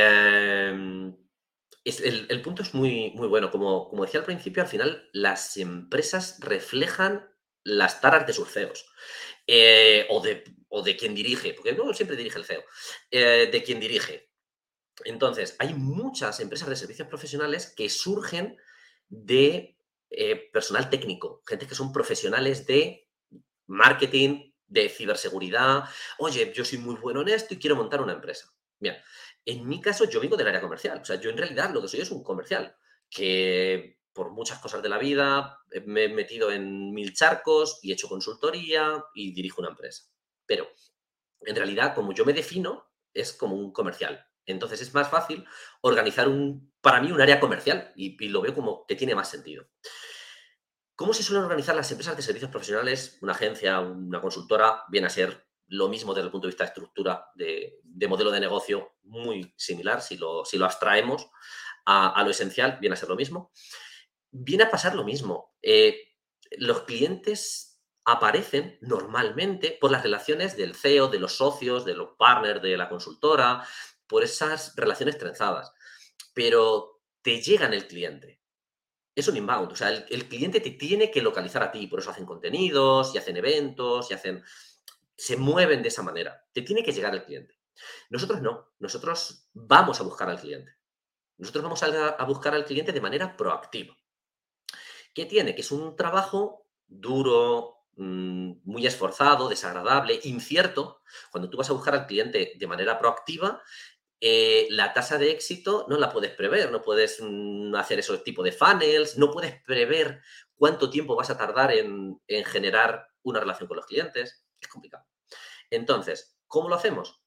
eh, es- el, el punto es muy, muy bueno. Como, como decía al principio, al final las empresas reflejan las taras de sus C E Os. eh, o, de, o de quien dirige, porque no siempre dirige el C E O, eh, de quien dirige. Entonces, hay muchas empresas de servicios profesionales que surgen de eh, personal técnico, gente que son profesionales de marketing, de ciberseguridad. Oye, yo soy muy bueno en esto y quiero montar una empresa. Bien, en mi caso yo vengo del área comercial. O sea, yo en realidad lo que soy es un comercial que por muchas cosas de la vida eh, me he metido en mil charcos y he hecho consultoría y dirijo una empresa. Pero en realidad, como yo me defino, es como un comercial. Entonces es más fácil organizar un, para mí un área comercial y, y lo veo como que tiene más sentido. ¿Cómo se suelen organizar las empresas de servicios profesionales? Una agencia, una consultora, viene a ser lo mismo desde el punto de vista de estructura, de, de modelo de negocio, muy similar. Si lo, si lo abstraemos a, a, lo esencial, viene a ser lo mismo. Viene a pasar lo mismo. Eh, los clientes aparecen normalmente por las relaciones del C E O, de los socios, de los partners de la consultora, por esas relaciones trenzadas. Pero te llegan el cliente. Es un inbound, o sea, el, el, cliente te tiene que localizar a ti, por eso hacen contenidos, y hacen eventos, y hacen... Se mueven de esa manera. Te tiene que llegar el cliente. Nosotros no, nosotros vamos a buscar al cliente. Nosotros vamos a, a buscar al cliente de manera proactiva. ¿Qué tiene? Que es un trabajo duro, mmm, muy esforzado, desagradable, incierto. Cuando tú vas a buscar al cliente de manera proactiva, eh, la tasa de éxito no la puedes prever, no puedes mm, hacer ese tipo de funnels, no puedes prever cuánto tiempo vas a tardar en, en generar una relación con los clientes. Es complicado. Entonces, ¿cómo lo hacemos?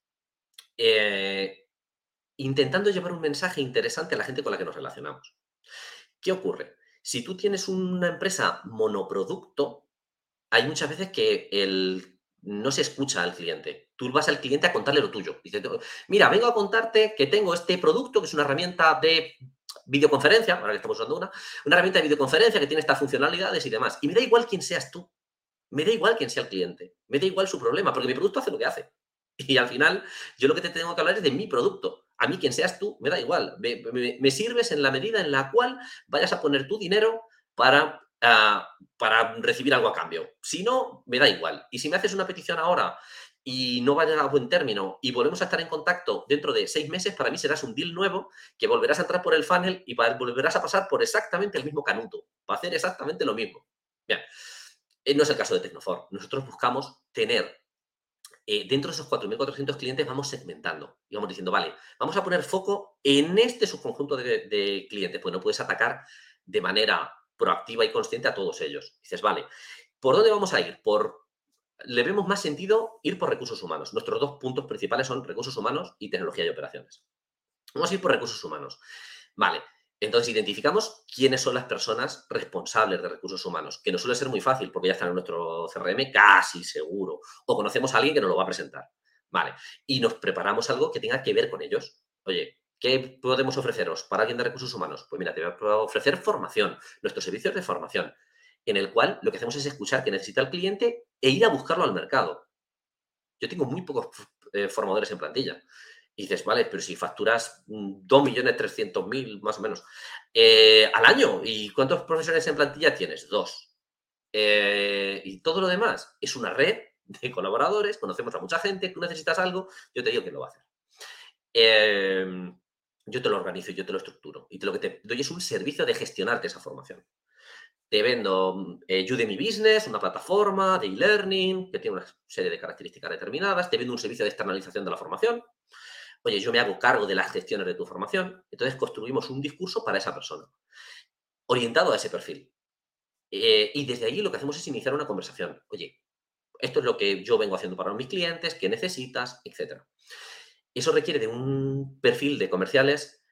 Eh, intentando llevar un mensaje interesante a la gente con la que nos relacionamos. ¿Qué ocurre? Si tú tienes una empresa monoproducto, hay muchas veces que el, no se escucha al cliente. Tú vas al cliente a contarle lo tuyo. Dices, mira, vengo a contarte que tengo este producto, que es una herramienta de videoconferencia, ahora que estamos usando una, una herramienta de videoconferencia que tiene estas funcionalidades y demás. Y me da igual quién seas tú. Me da igual quién sea el cliente. Me da igual su problema, porque mi producto hace lo que hace. Y al final, yo lo que te tengo que hablar es de mi producto. A mí, quien seas tú, me da igual. Me, me, me sirves en la medida en la cual vayas a poner tu dinero para, uh, para recibir algo a cambio. Si no, me da igual. Y si me haces una petición ahora y no vaya a buen término y volvemos a estar en contacto dentro de seis meses, para mí serás un deal nuevo que volverás a entrar por el funnel y volverás a pasar por exactamente el mismo canuto. Va a hacer exactamente lo mismo. Bien. No es el caso de Tecnofor. Nosotros buscamos tener, eh, dentro de esos cuatro mil cuatrocientos clientes, vamos segmentando. Y vamos diciendo, vale, vamos a poner foco en este subconjunto de, de clientes. Pues no puedes atacar de manera proactiva y consciente a todos ellos. Dices, vale, ¿por dónde vamos a ir? Por, le vemos más sentido ir por recursos humanos. Nuestros dos puntos principales son recursos humanos y tecnología y operaciones. Vamos a ir por recursos humanos. Vale. Entonces, identificamos quiénes son las personas responsables de recursos humanos, que no suele ser muy fácil porque ya están en nuestro C R M casi seguro, o conocemos a alguien que nos lo va a presentar. Vale, y nos preparamos algo que tenga que ver con ellos. Oye, ¿qué podemos ofreceros para alguien de recursos humanos? Pues mira, te voy a ofrecer formación, nuestros servicios de formación, en el cual lo que hacemos es escuchar qué necesita el cliente e ir a buscarlo al mercado. Yo tengo muy pocos eh, formadores en plantilla. Y dices, vale, pero si facturas dos millones trescientos mil más o menos eh, al año, ¿y cuántos profesores en plantilla tienes? Dos. Eh, y todo lo demás es una red de colaboradores, conocemos a mucha gente, tú necesitas algo, yo te digo que lo va a hacer. Eh, yo te lo organizo y yo te lo estructuro. Y te, lo que te doy es un servicio de gestionarte esa formación. Te vendo eh, Udemy Business, una plataforma de e-learning que tiene una serie de características determinadas. Te vendo un servicio de externalización de la formación. Oye, yo me hago cargo de las gestiones de tu formación. Entonces, construimos un discurso para esa persona, orientado a ese perfil. Eh, y desde allí lo que hacemos es iniciar una conversación. Oye, esto es lo que yo vengo haciendo para mis clientes, qué necesitas, etcétera. Eso requiere de un perfil de comerciales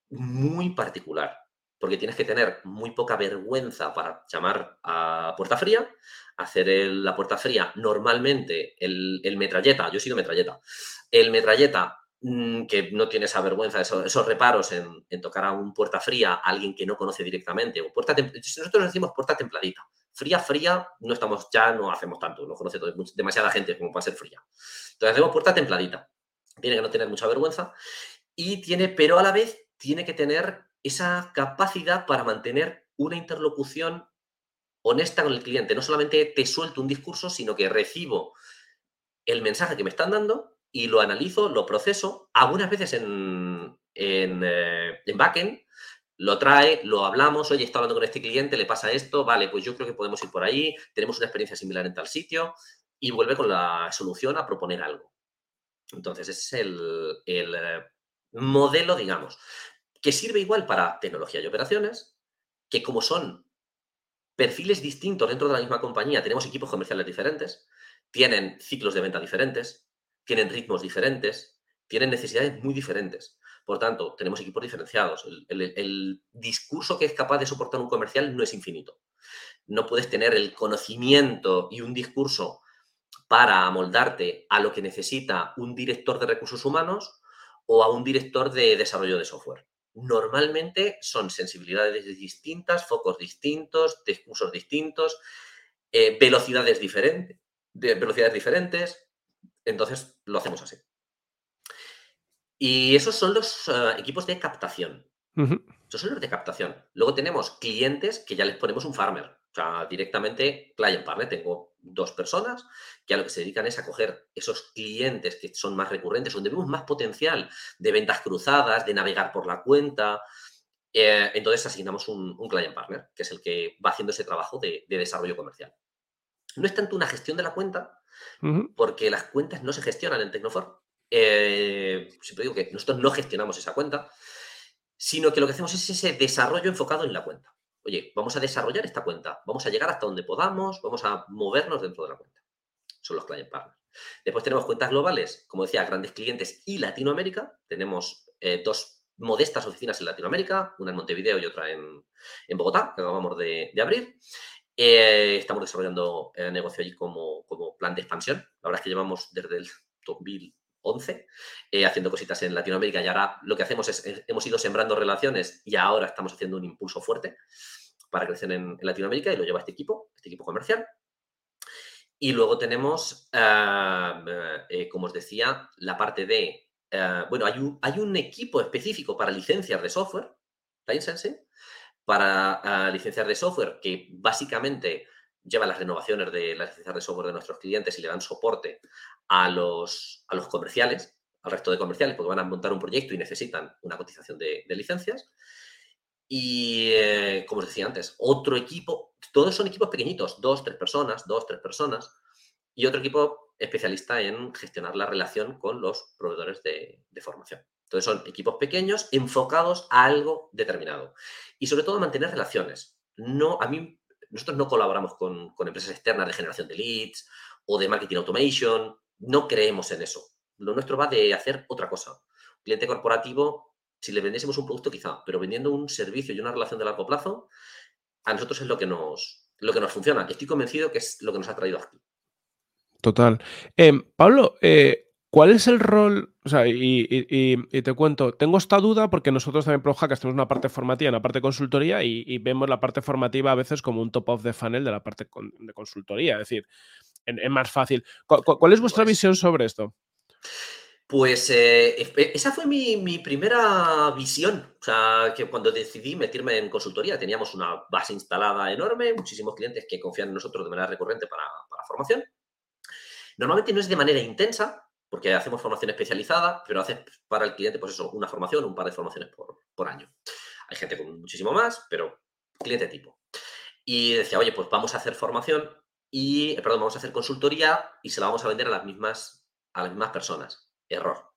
muy particular, porque tienes que tener muy poca vergüenza para llamar a puerta fría, hacer el, la puerta fría. Normalmente el, el metralleta, yo he sido metralleta, el metralleta que no tiene esa vergüenza, esos, esos reparos en, en tocar a un puerta fría, a alguien que no conoce directamente, o puerta nosotros decimos puerta templadita. Fría, fría, no estamos, ya no hacemos tanto, no conoce todo, demasiada gente como para ser fría. Entonces hacemos puerta templadita. Tiene que no tener mucha vergüenza y tiene, pero a la vez tiene que tener esa capacidad para mantener una interlocución honesta con el cliente. No solamente te suelto un discurso, sino que recibo el mensaje que me están dando y lo analizo, lo proceso, algunas veces en, en, eh, en backend, lo trae, lo hablamos, oye, está hablando con este cliente, le pasa esto, vale, pues yo creo que podemos ir por ahí, tenemos una experiencia similar en tal sitio, y vuelve con la solución a proponer algo. Entonces, ese es el, el eh, modelo, digamos, que sirve igual para tecnología y operaciones, que como son perfiles distintos dentro de la misma compañía, tenemos equipos comerciales diferentes, tienen ciclos de venta diferentes, tienen ritmos diferentes, tienen necesidades muy diferentes. Por tanto, tenemos equipos diferenciados. El, el, el discurso que es capaz de soportar un comercial no es infinito. No puedes tener el conocimiento y un discurso para amoldarte a lo que necesita un director de recursos humanos o a un director de desarrollo de software. Normalmente son sensibilidades distintas, focos distintos, discursos distintos, eh, velocidades diferentes, de velocidades diferentes. Entonces, lo hacemos así. Y esos son los uh, equipos de captación. Uh-huh. Esos son los de captación. Luego tenemos clientes que ya les ponemos un farmer. O sea, directamente client partner. Tengo dos personas que a lo que se dedican es a coger esos clientes que son más recurrentes, donde vemos más potencial de ventas cruzadas, de navegar por la cuenta. Eh, entonces asignamos un, un client partner, que es el que va haciendo ese trabajo de, de desarrollo comercial. No es tanto una gestión de la cuenta, uh-huh. porque las cuentas no se gestionan en Tecnofor. Eh, siempre digo que nosotros no gestionamos esa cuenta, sino que lo que hacemos es ese desarrollo enfocado en la cuenta. Oye, vamos a desarrollar esta cuenta, vamos a llegar hasta donde podamos, vamos a movernos dentro de la cuenta. Son los client partners. Después tenemos cuentas globales, como decía, grandes clientes y Latinoamérica. Tenemos eh, dos modestas oficinas en Latinoamérica, una en Montevideo y otra en, en Bogotá, que acabamos de, de abrir. Eh, estamos desarrollando el negocio allí como, como plan de expansión. La verdad es que llevamos desde el dos mil once, eh, haciendo cositas en Latinoamérica, y ahora lo que hacemos es, eh, hemos ido sembrando relaciones y ahora estamos haciendo un impulso fuerte para crecer en, en Latinoamérica, y lo lleva este equipo, este equipo comercial. Y luego tenemos, uh, eh, como os decía, la parte de, uh, bueno, hay un, hay un equipo específico para licencias de software, licensing, para uh, licencias de software que básicamente lleva las renovaciones de las licencias de software de nuestros clientes y le dan soporte a los, a los comerciales, al resto de comerciales, porque van a montar un proyecto y necesitan una cotización de, de licencias. Y, eh, como os decía antes, otro equipo, todos son equipos pequeñitos, dos, tres personas, dos, tres personas, y otro equipo especialista en gestionar la relación con los proveedores de, de formación. Entonces, son equipos pequeños enfocados a algo determinado. Y, sobre todo, mantener relaciones. No, a mí, nosotros no colaboramos con, con empresas externas de generación de leads o de marketing automation. No creemos en eso. Lo nuestro va de hacer otra cosa. Cliente corporativo, si le vendiésemos un producto quizá, pero vendiendo un servicio y una relación de largo plazo, a nosotros es lo que nos, lo que nos funciona. Estoy convencido que es lo que nos ha traído aquí. Total. Eh, Pablo, eh, ¿cuál es el rol? O sea, y, y, y, y te cuento, tengo esta duda porque nosotros también ProHackers tenemos una parte formativa y una parte de consultoría, y, y vemos la parte formativa a veces como un top of the funnel de la parte con, de consultoría. Es decir, es, es más fácil. ¿Cuál, ¿Cuál es vuestra Pues, visión sobre esto? Pues eh, esa fue mi, mi primera visión. O sea, que cuando decidí meterme en consultoría teníamos una base instalada enorme, muchísimos clientes que confían en nosotros de manera recurrente para, para formación. Normalmente no es de manera intensa, porque hacemos formación especializada, pero haces para el cliente, pues eso, una formación, un par de formaciones por, por año. Hay gente con muchísimo más, pero cliente tipo. Y decía, oye, pues vamos a hacer formación y, perdón, vamos a hacer consultoría y se la vamos a vender a las mismas, a las mismas personas. Error.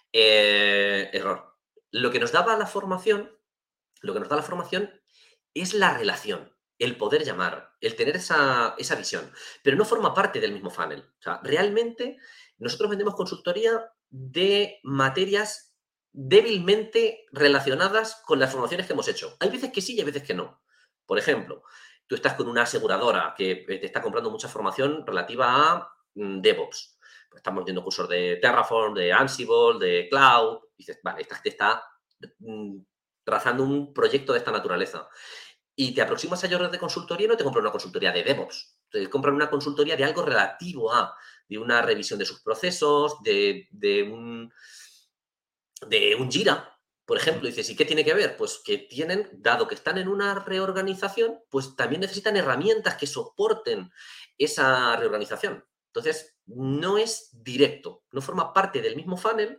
Eh, error. Lo que nos daba la formación, lo que nos da la formación es la relación, el poder llamar, el tener esa, esa visión, pero no forma parte del mismo funnel. O sea, realmente nosotros vendemos consultoría de materias débilmente relacionadas con las formaciones que hemos hecho. Hay veces que sí y hay veces que no. Por ejemplo, tú estás con una aseguradora que te está comprando mucha formación relativa a mm, DevOps. Pues estamos viendo cursos de Terraform, de Ansible, de Cloud. Y dices, vale, esta te está mm, trazando un proyecto de esta naturaleza. Y te aproximas a ellos de consultoría y no te compran una consultoría de DevOps. Te compran una consultoría de algo relativo a, de una revisión de sus procesos, de, de un de un Jira, por ejemplo. Dices, ¿y qué tiene que ver? Pues que tienen, dado que están en una reorganización, pues también necesitan herramientas que soporten esa reorganización. Entonces, no es directo, no forma parte del mismo funnel,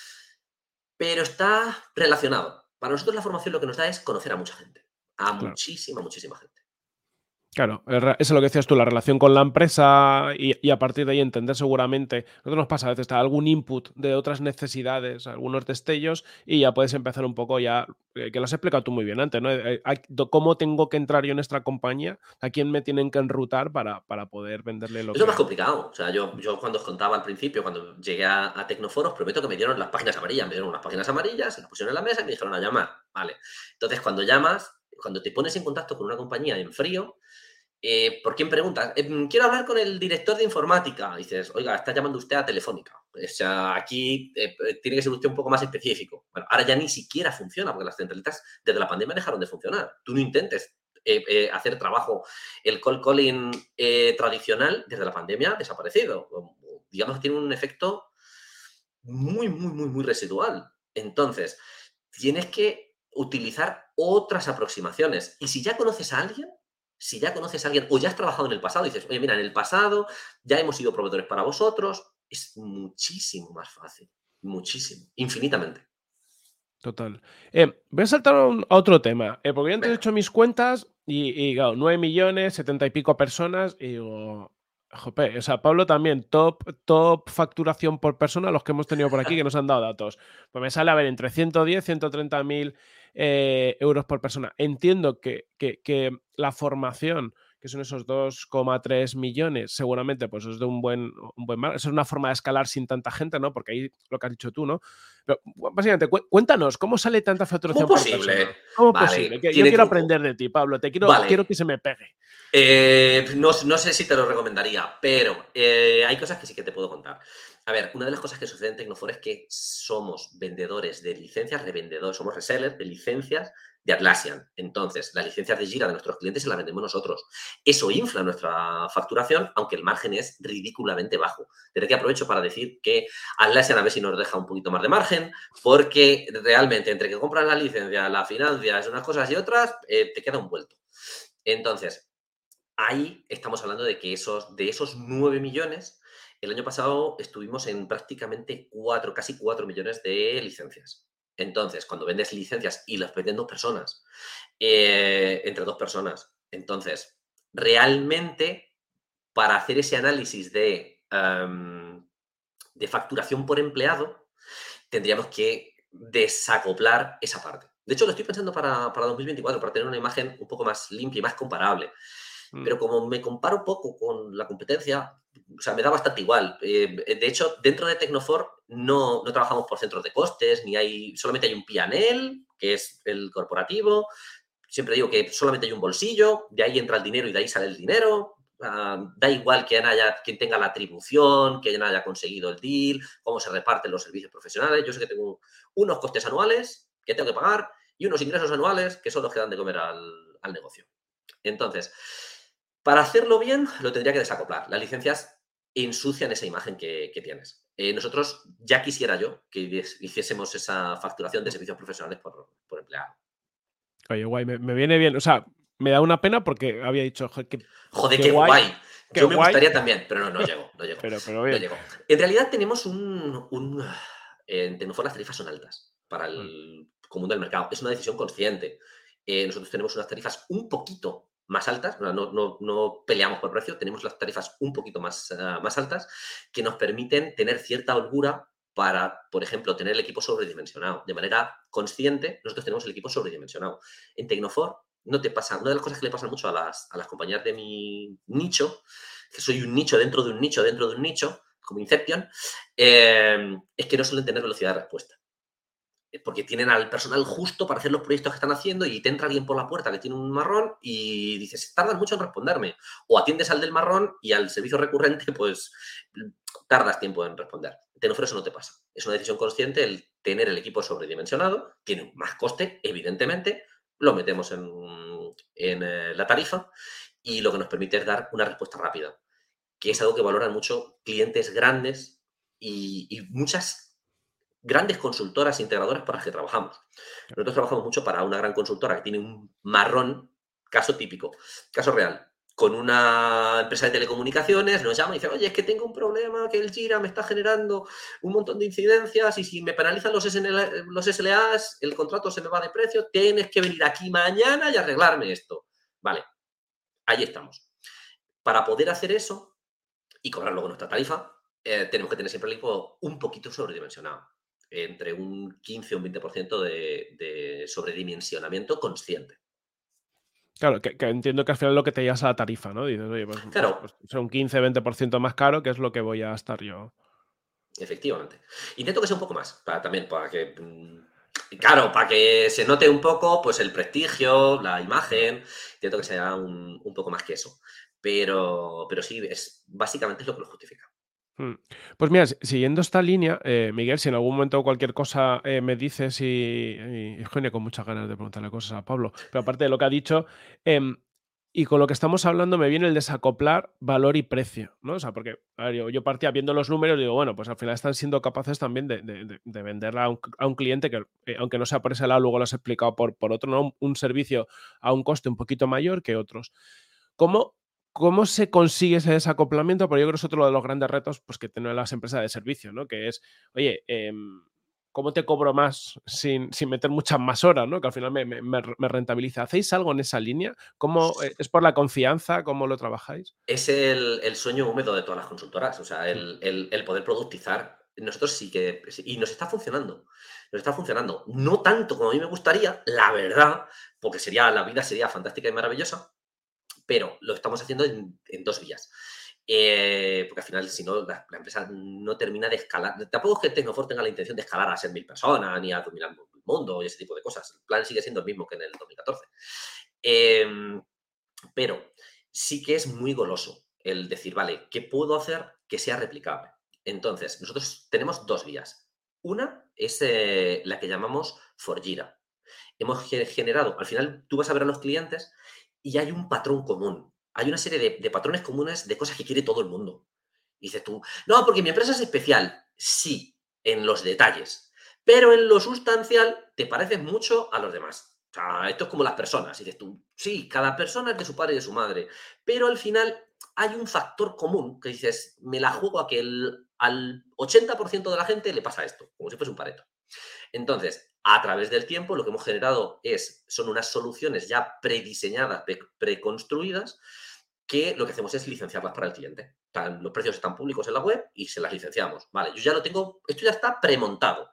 pero está relacionado. Para nosotros la formación lo que nos da es conocer a mucha gente, a Claro. muchísima, muchísima gente. Claro, eso es lo que decías tú, la relación con la empresa, y, y a partir de ahí entender seguramente. A nosotros nos pasa a veces está algún input de otras necesidades, algunos destellos, y ya puedes empezar un poco ya, eh, que lo has explicado tú muy bien antes, ¿no? Eh, ¿Cómo tengo que entrar yo en esta compañía? ¿A quién me tienen que enrutar para, para poder venderle lo es que...? lo más complicado. O sea, yo, yo cuando os contaba al principio, cuando llegué a, a Tecnoforos, prometo que me dieron las páginas amarillas. Me dieron unas páginas amarillas, se las pusieron en la mesa y me dijeron a llamar. Vale. Entonces, cuando llamas, cuando te pones en contacto con una compañía en frío, Eh, ¿por quién preguntas? Eh, quiero hablar con el director de informática. Dices, oiga, está llamando usted a Telefónica. O sea, aquí eh, tiene que ser usted un poco más específico. Bueno, ahora ya ni siquiera funciona, porque las centralitas desde la pandemia dejaron de funcionar. Tú no intentes eh, eh, hacer trabajo. El call calling eh, tradicional desde la pandemia ha desaparecido. Digamos que tiene un efecto muy, muy, muy, muy residual. Entonces, tienes que utilizar otras aproximaciones. Y si ya conoces a alguien, si ya conoces a alguien o ya has trabajado en el pasado y dices, oye, mira, en el pasado ya hemos sido proveedores para vosotros, es muchísimo más fácil. Muchísimo. Infinitamente. Total. Eh, voy a saltar a, un, a otro tema, eh, porque yo antes he Venga. hecho mis cuentas y, y claro, nueve millones, setenta y pico personas, y digo, jope, o sea, Pablo también, top, top facturación por persona, los que hemos tenido por aquí que nos han dado datos. Pues me sale a ver entre ciento diez, ciento treinta mil eh, euros por persona. Entiendo que, que, que la formación, que son esos dos coma tres millones, seguramente pues es de un buen, un buen margen. Esa es una forma de escalar sin tanta gente, ¿no? Porque ahí lo que has dicho tú, ¿no? Pero básicamente, cuéntanos, ¿cómo sale tanta facturación ¿Cómo por persona? posible? ¿Cómo es Vale, posible? Que yo tiene quiero truco. aprender de ti, Pablo. Te quiero, Vale. quiero que se me pegue. Eh, no, no sé si te lo recomendaría, pero eh, hay cosas que sí que te puedo contar. A ver, una de las cosas que sucede en Tecnofor es que somos vendedores de licencias, revendedores, somos resellers de licencias de Atlassian. Entonces, las licencias de Jira de nuestros clientes se las vendemos nosotros. Eso infla nuestra facturación, aunque el margen es ridículamente bajo. Desde aquí aprovecho para decir que Atlassian a ver si nos deja un poquito más de margen, porque realmente entre que compras la licencia, la financias, unas cosas y otras, eh, te queda un vuelto. Entonces, ahí estamos hablando de que esos, de esos nueve millones, el año pasado estuvimos en prácticamente cuatro, casi cuatro millones de licencias. Entonces, cuando vendes licencias y las venden dos personas, eh, entre dos personas, entonces, realmente, para hacer ese análisis de, um, de facturación por empleado, tendríamos que desacoplar esa parte. De hecho, lo estoy pensando para, para dos mil veinticuatro, para tener una imagen un poco más limpia y más comparable. Pero como me comparo poco con la competencia, o sea, me da bastante igual. Eh, de hecho, dentro de Tecnofor no, no trabajamos por centros de costes, ni hay, solamente hay un P and L, que es el corporativo. Siempre digo que solamente hay un bolsillo, de ahí entra el dinero y de ahí sale el dinero. Uh, da igual quién, haya, quién tenga la atribución, quién haya conseguido el deal, cómo se reparten los servicios profesionales. Yo sé que tengo unos costes anuales que tengo que pagar y unos ingresos anuales que son los que dan de comer al, al negocio. Entonces, para hacerlo bien, lo tendría que desacoplar. Las licencias ensucian esa imagen que, que tienes. Eh, nosotros, ya quisiera yo que hiciésemos esa facturación de servicios profesionales por, por empleado. Oye, guay, me, me viene bien. O sea, me da una pena porque había dicho, joder, que, joder, qué qué guay. guay. Qué Yo me guay. gustaría también, pero no, no llego, no llego. pero, pero bien. No llego. En realidad tenemos un... un en Tecnofor las tarifas son altas para el mm. común del mercado. Es una decisión consciente. Eh, nosotros tenemos unas tarifas un poquito más altas, no, no, no peleamos por precio, tenemos las tarifas un poquito más, uh, más altas que nos permiten tener cierta holgura para, por ejemplo, tener el equipo sobredimensionado. De manera consciente, nosotros tenemos el equipo sobredimensionado. En Tecnofor no te pasa, una de las cosas que le pasan mucho a las, a las compañías de mi nicho, que soy un nicho dentro de un nicho dentro de un nicho, como Inception, eh, es que no suelen tener velocidad de respuesta. Porque tienen al personal justo para hacer los proyectos que están haciendo y te entra alguien por la puerta que tiene un marrón y dices, tardas mucho en responderme. O atiendes al del marrón y al servicio recurrente, pues tardas tiempo en responder. En Tecnofor eso no te pasa. Es una decisión consciente el tener el equipo sobredimensionado, tiene más coste, evidentemente, lo metemos en, en eh, la tarifa y lo que nos permite es dar una respuesta rápida, que es algo que valoran mucho clientes grandes y, y muchas grandes consultoras integradoras para las que trabajamos. Nosotros trabajamos mucho para una gran consultora que tiene un marrón, caso típico, caso real, con una empresa de telecomunicaciones, nos llama y dice, oye, es que tengo un problema, que el Jira me está generando un montón de incidencias y si me penalizan los, S N L, los S L As, el contrato se me va de precio, tienes que venir aquí mañana y arreglarme esto. Vale, ahí estamos. Para poder hacer eso y cobrar luego nuestra tarifa, eh, tenemos que tener siempre el equipo un poquito sobredimensionado, entre un quince o un veinte por ciento de, de sobredimensionamiento consciente. Claro, que, que entiendo que al final lo que te llevas a la tarifa, ¿no? Dices, oye, pues, claro. pues, pues un quince veinte por ciento más caro, que es lo que voy a estar yo. Efectivamente. Intento que sea un poco más, para, también para que... Claro, para que se note un poco pues el prestigio, la imagen, intento que sea un, un poco más que eso. Pero, pero sí, es, básicamente es lo que lo justifica. Pues mira, siguiendo esta línea, eh, Miguel, si en algún momento cualquier cosa eh, me dices y, y, y joder, con muchas ganas de preguntarle cosas a Pablo, pero aparte de lo que ha dicho, eh, y con lo que estamos hablando me viene el desacoplar valor y precio, ¿no? O sea, porque a ver, yo, yo partía viendo los números y digo, bueno, pues al final están siendo capaces también de, de, de, de venderla a un, a un cliente que, eh, aunque no sea por ese lado, luego lo has explicado por, por otro, ¿no? Un, un servicio a un coste un poquito mayor que otros. ¿Cómo ¿Cómo se consigue ese desacoplamiento? Porque yo creo que es otro de los grandes retos pues, que tienen las empresas de servicio, ¿no? Que es, oye, eh, ¿cómo te cobro más sin, sin meter muchas más horas, ¿no? Que al final me, me, me rentabiliza. ¿Hacéis algo en esa línea? ¿Cómo, eh, ¿Es por la confianza? ¿Cómo lo trabajáis? Es el, el sueño húmedo de todas las consultoras, o sea, el, el, el poder productizar. Nosotros sí que... Y nos está funcionando. Nos está funcionando. No tanto como a mí me gustaría, la verdad, porque sería, la vida sería fantástica y maravillosa, pero lo estamos haciendo en, en dos vías. Eh, porque al final, si no, la, la empresa no termina de escalar. Tampoco es que Tecnofor tenga la intención de escalar a ser mil personas ni a dominar el mundo y ese tipo de cosas. El plan sigue siendo el mismo que en el dos mil catorce. Eh, pero sí que es muy goloso el decir, vale, ¿qué puedo hacer que sea replicable? Entonces, nosotros tenemos dos vías. Una es eh, la que llamamos Forgira. Hemos generado, al final tú vas a ver a los clientes y hay un patrón común. Hay una serie de, de patrones comunes de cosas que quiere todo el mundo. Y dices tú, no, porque mi empresa es especial. Sí, en los detalles. Pero en lo sustancial te pareces mucho a los demás. O sea, esto es como las personas. Y dices tú, sí, cada persona es de su padre y de su madre. Pero al final hay un factor común que dices, me la juego a que el, al ochenta por ciento de la gente le pasa esto, como si fuese un Pareto. Entonces, a través del tiempo, lo que hemos generado es, son unas soluciones ya prediseñadas, pre, preconstruidas, que lo que hacemos es licenciarlas para el cliente. O sea, los precios están públicos en la web y se las licenciamos. Vale, yo ya lo tengo, esto ya está premontado.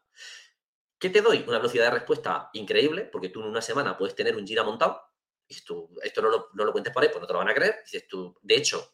¿Qué te doy? Una velocidad de respuesta increíble, porque tú en una semana puedes tener un Jira montado. Y tú, esto no lo, no lo cuentes por ahí, pues no te lo van a creer. Dices tú, de hecho,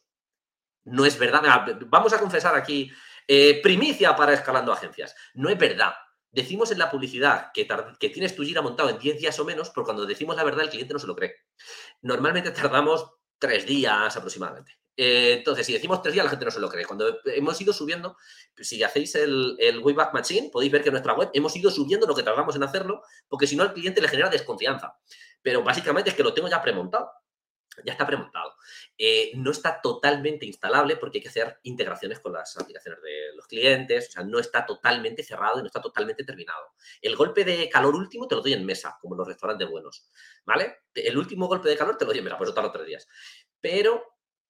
no es verdad. Vamos a confesar aquí, eh, primicia para Escalando Agencias. No es verdad. Decimos en la publicidad que, que tienes tu Jira montado en diez días o menos, pero cuando decimos la verdad el cliente no se lo cree. Normalmente tardamos tres días aproximadamente. Eh, entonces, si decimos tres días, la gente no se lo cree. Cuando hemos ido subiendo, si hacéis el, el Wayback Machine, podéis ver que en nuestra web hemos ido subiendo lo que tardamos en hacerlo, porque si no al cliente le genera desconfianza. Pero básicamente es que lo tengo ya premontado. Ya está premontado. Eh, no está totalmente instalable porque hay que hacer integraciones con las aplicaciones de los clientes. O sea, no está totalmente cerrado y no está totalmente terminado. El golpe de calor último te lo doy en mesa, como en los restaurantes buenos, ¿vale? El último golpe de calor te lo doy en mesa, por eso tardo tres días. Pero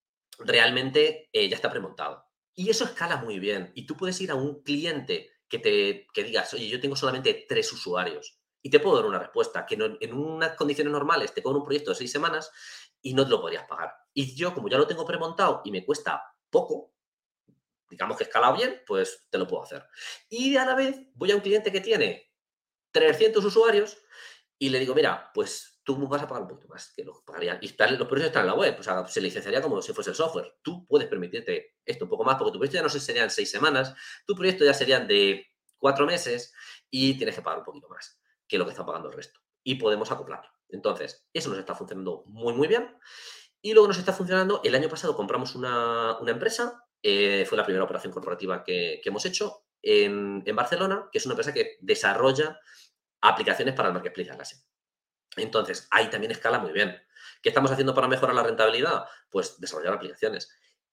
realmente eh, ya está premontado. Y eso escala muy bien. Y tú puedes ir a un cliente que te que digas, oye, yo tengo solamente tres usuarios y te puedo dar una respuesta que no, en unas condiciones normales te cobro un proyecto de seis semanas y no te lo podrías pagar. Y yo, como ya lo tengo premontado y me cuesta poco, digamos que he escalado bien, pues te lo puedo hacer. Y a la vez voy a un cliente que tiene trescientos usuarios y le digo, mira, pues tú vas a pagar un poquito más que lo pagarían. Y los precios están en la web, o sea, se licenciaría como si fuese el software. Tú puedes permitirte esto un poco más porque tu proyecto ya no serían seis semanas, tu proyecto ya serían de cuatro meses y tienes que pagar un poquito más que lo que está pagando el resto. Y podemos acoplarlo. Entonces, eso nos está funcionando muy, muy bien. Y luego nos está funcionando, el año pasado compramos una, una empresa, eh, fue la primera operación corporativa que, que hemos hecho en, en Barcelona, que es una empresa que desarrolla aplicaciones para el marketplace de Atlassian. Entonces, ahí también escala muy bien. ¿Qué estamos haciendo para mejorar la rentabilidad? Pues desarrollar aplicaciones.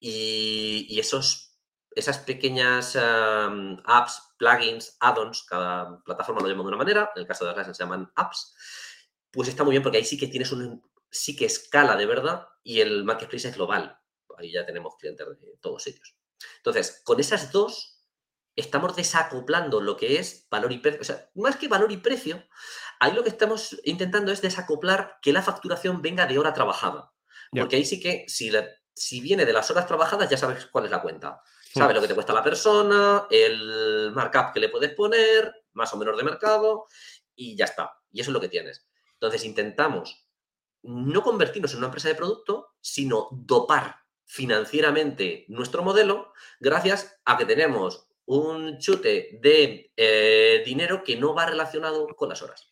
Y, y esos, esas pequeñas um, apps, plugins, add-ons, cada plataforma lo llama de una manera, en el caso de Atlassian se llaman apps, pues está muy bien porque ahí sí que tienes un, sí que escala de verdad y el marketplace es global. Ahí ya tenemos clientes de todos ellos. Entonces, con esas dos estamos desacoplando lo que es valor y precio. O sea, más que valor y precio, ahí lo que estamos intentando es desacoplar que la facturación venga de hora trabajada. Porque yeah. ahí sí que, si, la, si viene de las horas trabajadas, ya sabes cuál es la cuenta. Sabes lo que te cuesta la persona, el markup que le puedes poner, más o menos de mercado, y ya está. Y eso es lo que tienes. Entonces, intentamos no convertirnos en una empresa de producto, sino dopar financieramente nuestro modelo gracias a que tenemos un chute de eh, dinero que no va relacionado con las horas.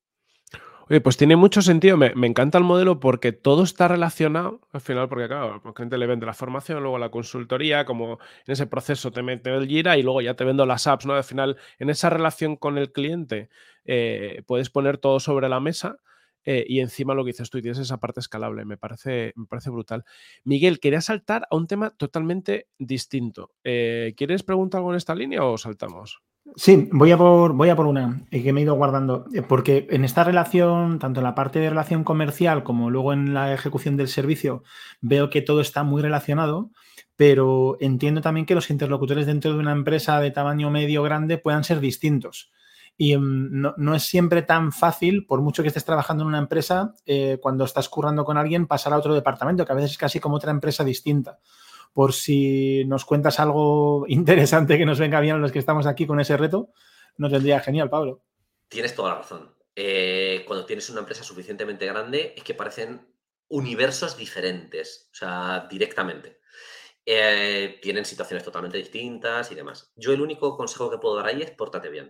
Oye, pues tiene mucho sentido, me, me encanta el modelo porque todo está relacionado, al final, porque claro, al cliente le vende la formación, luego la consultoría, como en ese proceso te mete el Jira y luego ya te vendo las apps, ¿no? Al final, en esa relación con el cliente eh, puedes poner todo sobre la mesa eh, y encima lo que dices tú y tienes esa parte escalable, me parece, me parece brutal. Miguel, quería saltar a un tema totalmente distinto. Eh, ¿Quieres preguntar algo en esta línea o saltamos? Sí, voy a por, voy a por una que me he ido guardando, porque en esta relación, tanto en la parte de relación comercial como luego en la ejecución del servicio, veo que todo está muy relacionado, pero entiendo también que los interlocutores dentro de una empresa de tamaño medio grande puedan ser distintos. Y um, no, no es siempre tan fácil, por mucho que estés trabajando en una empresa, eh, cuando estás currando con alguien, pasar a otro departamento, que a veces es casi como otra empresa distinta. Por si nos cuentas algo interesante que nos venga bien a los que estamos aquí con ese reto, nos vendría genial, Pablo. Tienes toda la razón. Eh, cuando tienes una empresa suficientemente grande es que parecen universos diferentes, o sea, directamente. Eh, tienen situaciones totalmente distintas y demás. Yo el único consejo que puedo dar ahí es pórtate bien.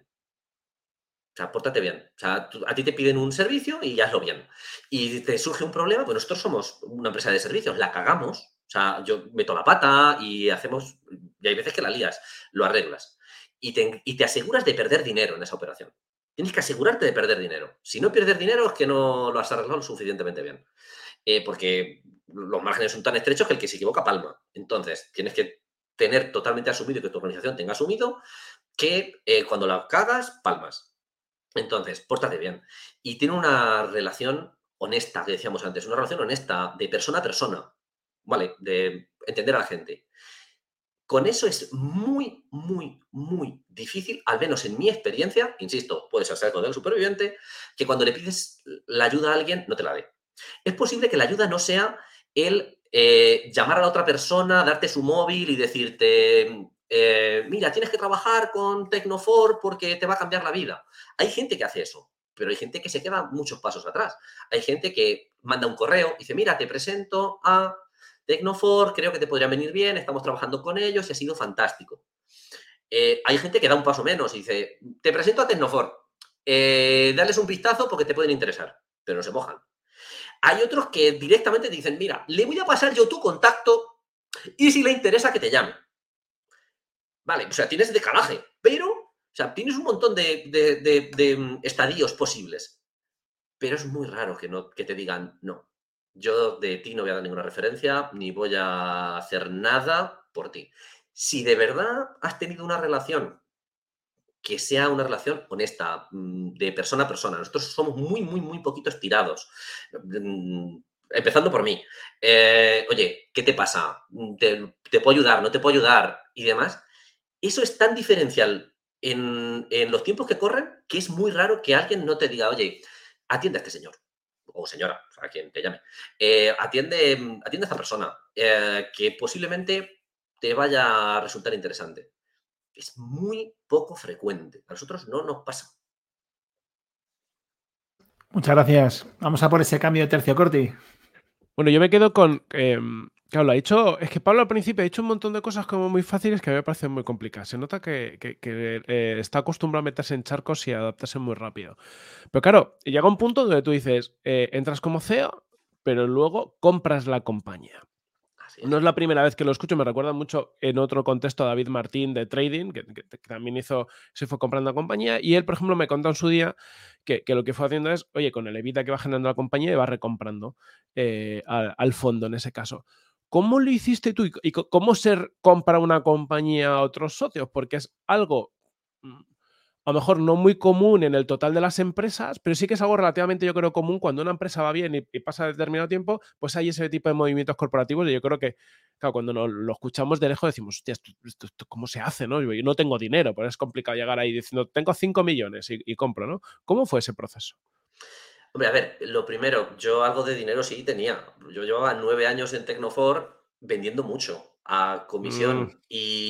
O sea, pórtate bien. O sea, tú, a ti te piden un servicio y hazlo bien. Y te surge un problema, pues nosotros somos una empresa de servicios, la cagamos. O sea, yo meto la pata y hacemos, Y hay veces que la lías, lo arreglas. Y te, y te aseguras de perder dinero en esa operación. Tienes que asegurarte de perder dinero. Si no pierdes dinero es que no lo has arreglado lo suficientemente bien. Eh, porque los márgenes son tan estrechos que el que se equivoca palma. Entonces, tienes que tener totalmente asumido y que tu organización tenga asumido que eh, cuando la cagas, palmas. Entonces, pórtate bien. Y tiene una relación honesta, que decíamos antes, una relación honesta de persona a persona, ¿vale? De entender a la gente. Con eso es muy, muy, muy difícil, al menos en mi experiencia, insisto, puede ser algo del superviviente, que cuando le pides la ayuda a alguien, no te la dé. Es posible que la ayuda no sea el eh, llamar a la otra persona, darte su móvil y decirte, eh, mira, tienes que trabajar con Tecnofor porque te va a cambiar la vida. Hay gente que hace eso, pero hay gente que se queda muchos pasos atrás. Hay gente que manda un correo y dice, mira, te presento a Tecnofor, creo que te podría venir bien, estamos trabajando con ellos y ha sido fantástico. Eh, hay gente que da un paso menos y dice, te presento a Tecnofor, eh, dales un vistazo porque te pueden interesar, pero no se mojan. Hay otros que directamente te dicen, mira, le voy a pasar yo tu contacto y si le interesa que te llame. Vale, o sea, tienes decalaje, pero, o sea, tienes un montón de, de, de, de estadios posibles, pero es muy raro que, no, que te digan, no, yo de ti no voy a dar ninguna referencia, ni voy a hacer nada por ti. Si de verdad has tenido una relación que sea una relación honesta, de persona a persona. Nosotros somos muy, muy, muy poquitos tirados. Empezando por mí. Eh, oye, ¿qué te pasa? ¿Te, ¿Te puedo ayudar? ¿No te puedo ayudar? Y demás. Eso es tan diferencial en, en los tiempos que corren que es muy raro que alguien no te diga, oye, atiende a este señor o señora, o sea, quien te llame, eh, atiende, atiende a esta persona, eh, que posiblemente te vaya a resultar interesante. Es muy poco frecuente. A nosotros no nos pasa. Muchas gracias. Vamos a por ese cambio de tercio, Corti. Bueno, yo me quedo con... Eh, claro, lo ha dicho... Es que Pablo al principio ha dicho un montón de cosas como muy fáciles que a mí me parecen muy complicadas. Se nota que, que, que eh, está acostumbrado a meterse en charcos y a adaptarse muy rápido. Pero claro, llega un punto donde tú dices, eh, entras como C E O, pero luego compras la compañía. Así No es. es la primera vez que lo escucho, me recuerda mucho en otro contexto a David Martín de Trading, que, que, que también hizo, se fue comprando la compañía, y él, por ejemplo, me contó en su día que, que lo que fue haciendo es, oye, con el EBITDA que va generando la compañía, iba recomprando eh, al, al fondo en ese caso. ¿Cómo lo hiciste tú y, y cómo se compra una compañía a otros socios? Porque es algo... a lo mejor no muy común en el total de las empresas, pero sí que es algo relativamente, yo creo, común cuando una empresa va bien y, y pasa determinado tiempo, pues hay ese tipo de movimientos corporativos y yo creo que, claro, cuando nos lo escuchamos de lejos decimos, hostia, ¿esto, esto, esto cómo se hace? ¿No? Yo no tengo dinero, pero es complicado llegar ahí diciendo, tengo cinco millones y, y compro, ¿no? ¿Cómo fue ese proceso? Hombre, a ver, lo primero, yo algo de dinero sí tenía. Yo llevaba nueve años en Tecnofor vendiendo mucho a Mm, comisión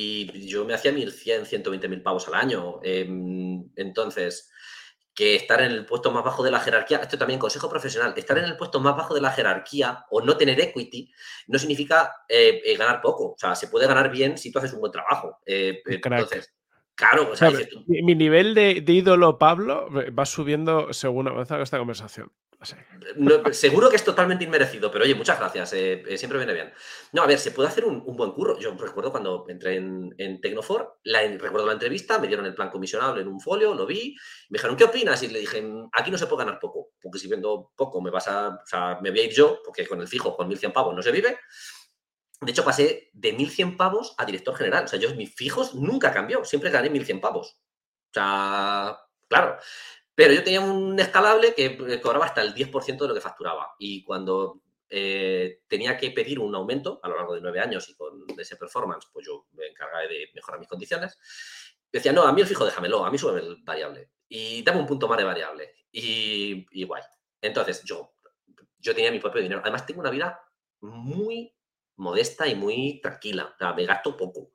y yo me hacía mil cien, ciento veinte mil pavos al año. Eh, entonces, que estar en el puesto más bajo de la jerarquía, esto también consejo profesional, estar en el puesto más bajo de la jerarquía o no tener equity no significa eh, eh, ganar poco. O sea, se puede ganar bien si tú haces un buen trabajo. Eh, un crack. entonces, claro, o O sea, sea, dices tú, mi, mi nivel de, de ídolo Pablo va subiendo según avanza esta conversación. No sé. no, seguro que es totalmente inmerecido, pero oye, muchas gracias, eh, eh, siempre viene bien. No, a ver, se puede hacer un, un buen curro. Yo recuerdo cuando entré en, en Tecnofor, la, recuerdo la entrevista, me dieron el plan comisionable en un folio, lo vi, me dijeron, ¿qué opinas? Y le dije, aquí no se puede ganar poco, porque si vendo poco me vas a, o sea, me voy a ir yo, porque con el fijo, con mil cien pavos no se vive. De hecho, pasé de mil cien pavos a director general. O sea, yo mis fijos nunca cambió, siempre gané mil cien pavos. O sea, claro. Pero yo tenía un escalable que cobraba hasta el diez por ciento de lo que facturaba. Y cuando eh, tenía que pedir un aumento a lo largo de nueve años y con ese performance, pues yo me encargaba de mejorar mis condiciones. Decía, no, a mí el fijo déjamelo, a mí sube el variable. Y dame un punto más de variable. Y, y guay. Entonces, yo, yo tenía mi propio dinero. Además, tengo una vida muy modesta y muy tranquila. O sea, me gasto poco.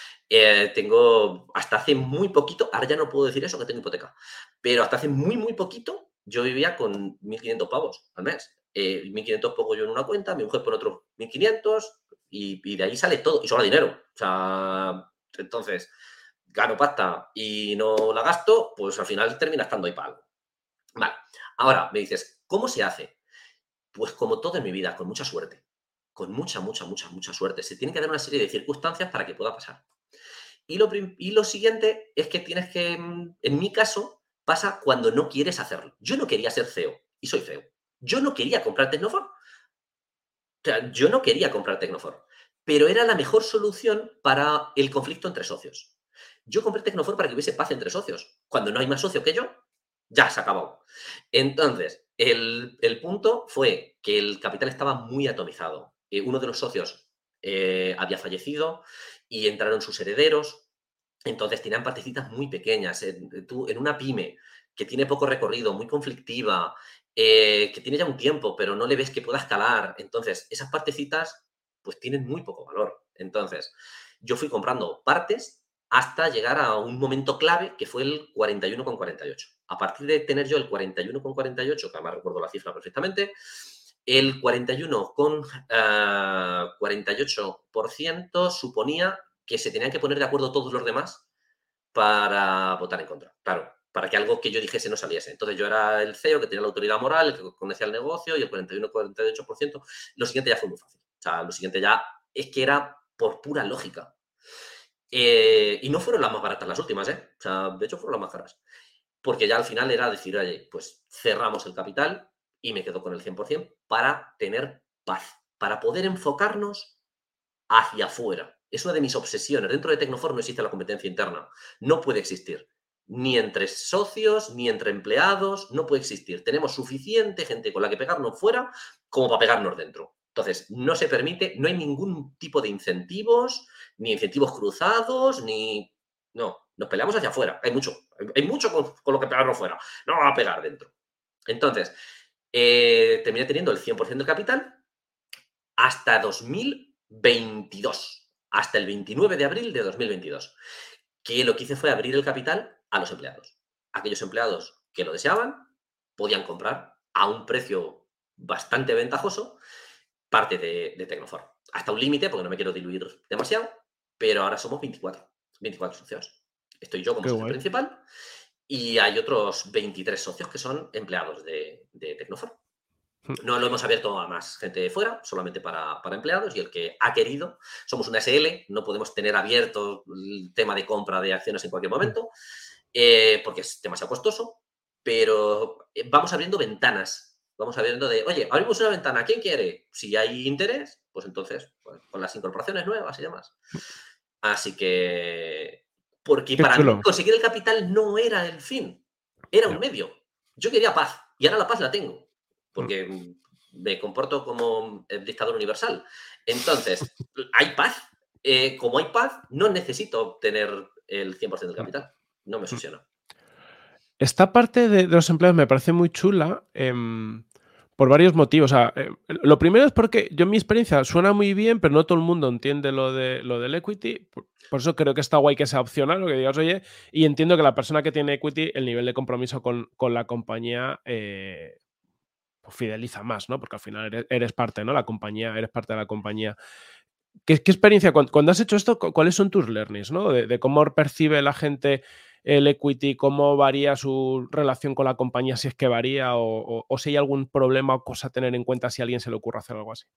Eh, tengo, hasta hace muy poquito, ahora ya no puedo decir eso, que tengo hipoteca, pero hasta hace muy, muy poquito yo vivía con mil quinientos pavos al mes. Eh, mil quinientos pongo yo en una cuenta, mi mujer pone otros mil quinientos y, y de ahí sale todo y sobra dinero. O sea, entonces, gano pasta y no la gasto, pues al final termina estando ahí para algo. Vale, ahora me dices, ¿cómo se hace? Pues como todo en mi vida, con mucha suerte. Con mucha, mucha, mucha, mucha suerte. Se tiene que dar una serie de circunstancias para que pueda pasar. Y lo, y lo siguiente es que tienes que, en mi caso, pasa cuando no quieres hacerlo. Yo no quería ser C E O y soy C E O. Yo no quería comprar Tecnofor. O sea, yo no quería comprar Tecnofor, pero era la mejor solución para el conflicto entre socios. Yo compré Tecnofor para que hubiese paz entre socios. Cuando no hay más socio que yo, ya se ha acabado. Entonces, el, el punto fue que el capital estaba muy atomizado. Eh, uno de los socios eh, había fallecido y entraron sus herederos. Entonces, tenían partecitas muy pequeñas. En, tú, en una pyme que tiene poco recorrido, muy conflictiva, eh, que tiene ya un tiempo, pero no le ves que pueda escalar. Entonces, esas partecitas, pues tienen muy poco valor. Entonces, yo fui comprando partes hasta llegar a un momento clave que fue el cuarenta y uno coma cuarenta y ocho. A partir de tener yo el cuarenta y uno coma cuarenta y ocho, que además recuerdo la cifra perfectamente, el cuarenta y uno coma cuarenta y ocho por ciento suponía que se tenían que poner de acuerdo todos los demás para votar en contra. Claro, para que algo que yo dijese no saliese. Entonces yo era el C E O que tenía la autoridad moral, el que conocía el negocio y el cuarenta y uno coma cuarenta y ocho por ciento. Lo siguiente ya fue muy fácil. O sea, lo siguiente ya es que era por pura lógica. Eh, y no fueron las más baratas las últimas, ¿eh? O sea, de hecho fueron las más caras. Porque ya al final era decir, oye, pues cerramos el capital y me quedo con el cien por ciento para tener paz, para poder enfocarnos hacia afuera. Es una de mis obsesiones. Dentro de Tecnofor no existe la competencia interna. No puede existir. Ni entre socios, ni entre empleados, no puede existir. Tenemos suficiente gente con la que pegarnos fuera como para pegarnos dentro. Entonces, no se permite, no hay ningún tipo de incentivos, ni incentivos cruzados, ni... No, nos peleamos hacia afuera. Hay mucho, hay mucho con, con lo que pegarnos fuera. No vamos a pegar dentro. Entonces, eh, terminé teniendo el cien por ciento del capital hasta dos mil veintidós, hasta el veintinueve de abril de dos mil veintidós, que lo que hice fue abrir el capital a los empleados. Aquellos empleados que lo deseaban podían comprar a un precio bastante ventajoso parte de, de Tecnofor. Hasta un límite, porque no me quiero diluir demasiado, pero ahora somos veinticuatro, veinticuatro socios. Estoy yo como Qué socio guay. principal y hay otros veintitrés socios que son empleados de, de Tecnofor. No lo hemos abierto a más gente de fuera, solamente para, para empleados, y el que ha querido, somos una S L, no podemos tener abierto el tema de compra de acciones en cualquier momento, eh, porque es demasiado costoso, pero vamos abriendo ventanas, vamos abriendo de, oye, abrimos una ventana, ¿quién quiere? Si hay interés, pues entonces, pues, con las incorporaciones nuevas y demás. Así que, porque Qué para chulo. mí conseguir el capital no era el fin, era un medio. Yo quería paz, y ahora la paz la tengo porque me comporto como el dictador universal. Entonces, hay paz. Eh, como hay paz, no necesito tener el cien por ciento del capital. No me obsesiona. Esta parte de, de los empleados me parece muy chula eh, por varios motivos. O sea, eh, lo primero es porque yo en mi experiencia suena muy bien, pero no todo el mundo entiende lo, de, lo del equity. Por, por eso creo que está guay que sea opcional, lo que digas, oye, y entiendo que la persona que tiene equity, el nivel de compromiso con, con la compañía eh, fideliza más, ¿no? Porque al final eres, eres parte, ¿no? La compañía, eres parte de la compañía. ¿Qué, qué experiencia, cuando, cuando has hecho esto, cuáles son tus learnings, ¿no? De, de cómo percibe la gente el equity, cómo varía su relación con la compañía, si es que varía, o, o, o si hay algún problema o cosa a tener en cuenta si a alguien se le ocurre hacer algo así.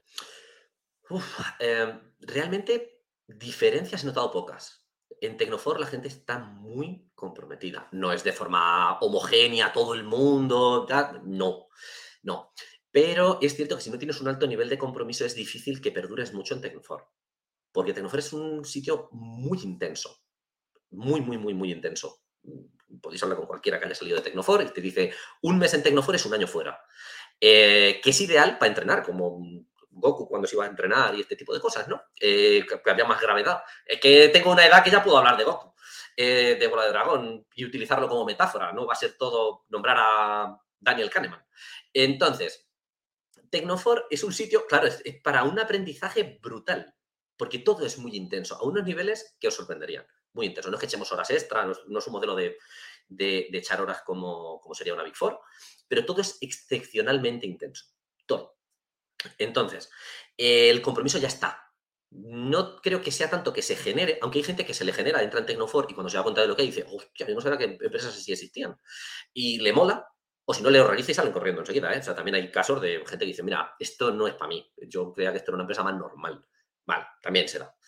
Uf, eh, realmente diferencias he notado pocas. En Tecnofor la gente está muy comprometida. No es de forma homogénea todo el mundo, ¿verdad? No, no. Pero es cierto que si no tienes un alto nivel de compromiso es difícil que perdures mucho en Tecnofor. Porque Tecnofor es un sitio muy intenso. Muy, muy, muy, muy intenso. Podéis hablar con cualquiera que haya salido de Tecnofor y te dice, un mes en Tecnofor es un año fuera. Eh, que es ideal para entrenar, como Goku cuando se iba a entrenar y este tipo de cosas, ¿no? Eh, que, que había más gravedad. Es que tengo una edad que ya puedo hablar de Goku, eh, de Bola de Dragón, y utilizarlo como metáfora. No va a ser todo nombrar a Daniel Kahneman. Entonces, Tecnofor es un sitio, claro, es, es para un aprendizaje brutal, porque todo es muy intenso, a unos niveles que os sorprenderían. Muy intenso. No es que echemos horas extra, no, no es un modelo de, de, de echar horas como, como sería una Big Four, pero todo es excepcionalmente intenso. Todo. Entonces, eh, el compromiso ya está. No creo que sea tanto que se genere, aunque hay gente que se le genera, entra en Tecnofor y cuando se da cuenta de lo que hay, dice, hostia, yo no sabía que empresas así existían. Y le mola, o si no, le horroriza y salen corriendo enseguida, ¿eh? O sea, también hay casos de gente que dice, mira, esto no es para mí. Yo creía que esto era una empresa más normal. Vale, también será.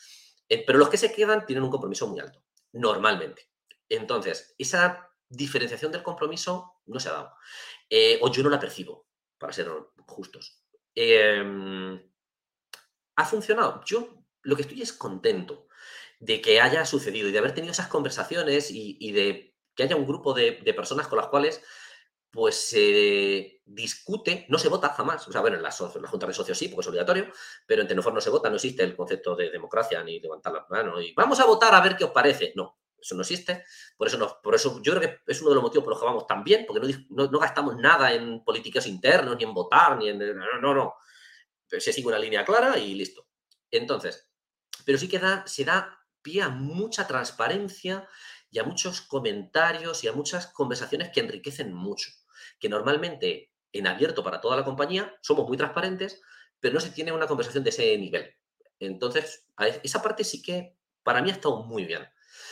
Eh, pero los que se quedan tienen un compromiso muy alto, normalmente. Entonces, esa diferenciación del compromiso no se ha dado. Eh, o yo no la percibo, para ser justos. Eh, ¿Ha funcionado? Yo lo que estoy es contento de que haya sucedido y de haber tenido esas conversaciones y, y de que haya un grupo de, de personas con las cuales pues se discute, no se vota jamás. O sea, bueno, en las, en las juntas de socios sí, porque es obligatorio, pero en Tecnofor no se vota, no existe el concepto de democracia ni levantar las manos y vamos a votar a ver qué os parece. No, eso no existe. Por eso, no, por eso yo creo que es uno de los motivos por los que vamos tan bien, porque no, no, no gastamos nada en políticos internos, ni en votar, ni en... No, no, no. Pero se sigue una línea clara y listo. Entonces, pero sí que da, se da pie a mucha transparencia y a muchos comentarios y a muchas conversaciones que enriquecen mucho. Que normalmente, en abierto para toda la compañía, somos muy transparentes, pero no se tiene una conversación de ese nivel. Entonces, esa parte sí que para mí ha estado muy bien.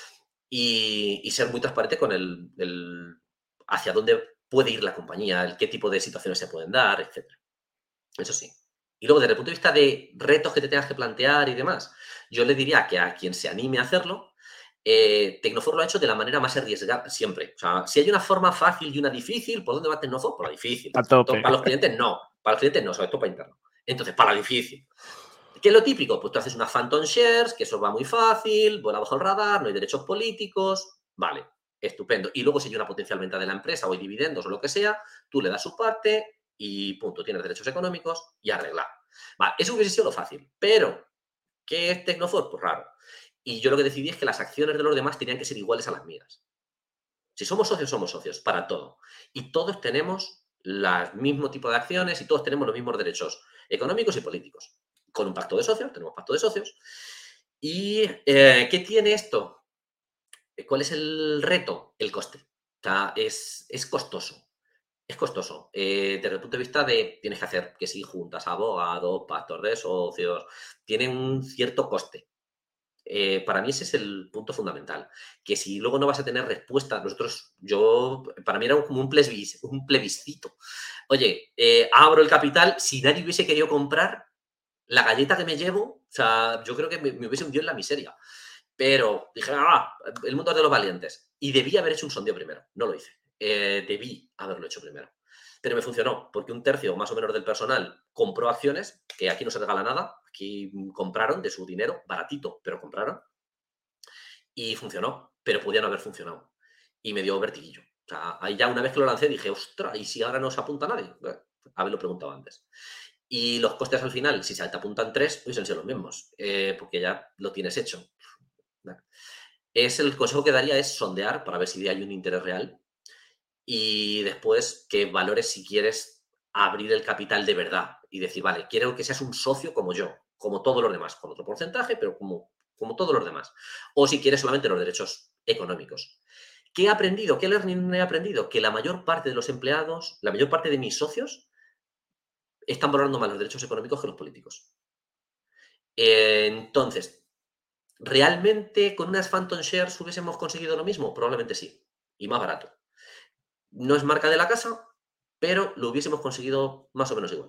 Y, y ser muy transparente con el, el hacia dónde puede ir la compañía, el qué tipo de situaciones se pueden dar, etcétera. Eso sí. Y luego, desde el punto de vista de retos que te tengas que plantear y demás, yo le diría que a quien se anime a hacerlo, eh, Tecnofor lo ha hecho de la manera más arriesgada siempre. O sea, si hay una forma fácil y una difícil, ¿por dónde va Tecnofor? Por la difícil. A tope. Para los clientes, no. Para los clientes, no. Sobre todo para interno. Entonces, para la difícil. ¿Qué es lo típico? Pues tú haces una Phantom Shares, que eso va muy fácil, vuela bajo el radar, no hay derechos políticos. Vale, estupendo. Y luego, si hay una potencial venta de la empresa o hay dividendos o lo que sea, tú le das su parte y punto. Tienes derechos económicos y arreglar. Vale, eso hubiese sido lo fácil. Pero, ¿qué es Tecnofor? Pues raro. Y yo lo que decidí es que las acciones de los demás tenían que ser iguales a las mías. Si somos socios, somos socios para todo. Y todos tenemos el mismo tipo de acciones y todos tenemos los mismos derechos económicos y políticos. Con un pacto de socios, tenemos pacto de socios. ¿Y eh, qué tiene esto? ¿Cuál es el reto? El coste. O sea, es, es costoso. Es costoso. Eh, desde el punto de vista de tienes que hacer que si juntas abogados, pactos de socios, tienen un cierto coste. Eh, para mí ese es el punto fundamental. Que si luego no vas a tener respuesta, nosotros, yo, para mí era como un, plebis, un plebiscito. Oye, eh, abro el capital, si nadie hubiese querido comprar la galleta que me llevo, o sea, yo creo que me, me hubiese hundido en la miseria. Pero dije, ah, el mundo es de los valientes. Y debí haber hecho un sondeo primero, no lo hice. Eh, debí haberlo hecho primero. Pero me funcionó, porque un tercio más o menos del personal compró acciones, que aquí no se regala nada, aquí compraron de su dinero, baratito, pero compraron. Y funcionó, pero podía no haber funcionado. Y me dio vertiguillo. O sea, ahí ya una vez que lo lancé dije, ostras, ¿y si ahora no se apunta nadie? Bueno, haberlo preguntado antes. Y los costes al final, si se te apuntan tres, pues son los mismos, eh, porque ya lo tienes hecho. Es el consejo que daría es sondear para ver si hay un interés real y después que valores si quieres abrir el capital de verdad y decir, vale, quiero que seas un socio como yo, como todos los demás, con otro porcentaje, pero como, como todos los demás. O si quieres solamente los derechos económicos. ¿Qué he aprendido? ¿Qué learning he aprendido? Que la mayor parte de los empleados, la mayor parte de mis socios, están valorando más los derechos económicos que los políticos. Eh, entonces, ¿realmente con unas Phantom Shares hubiésemos conseguido lo mismo? Probablemente sí, y más barato. No es marca de la casa, pero lo hubiésemos conseguido más o menos igual.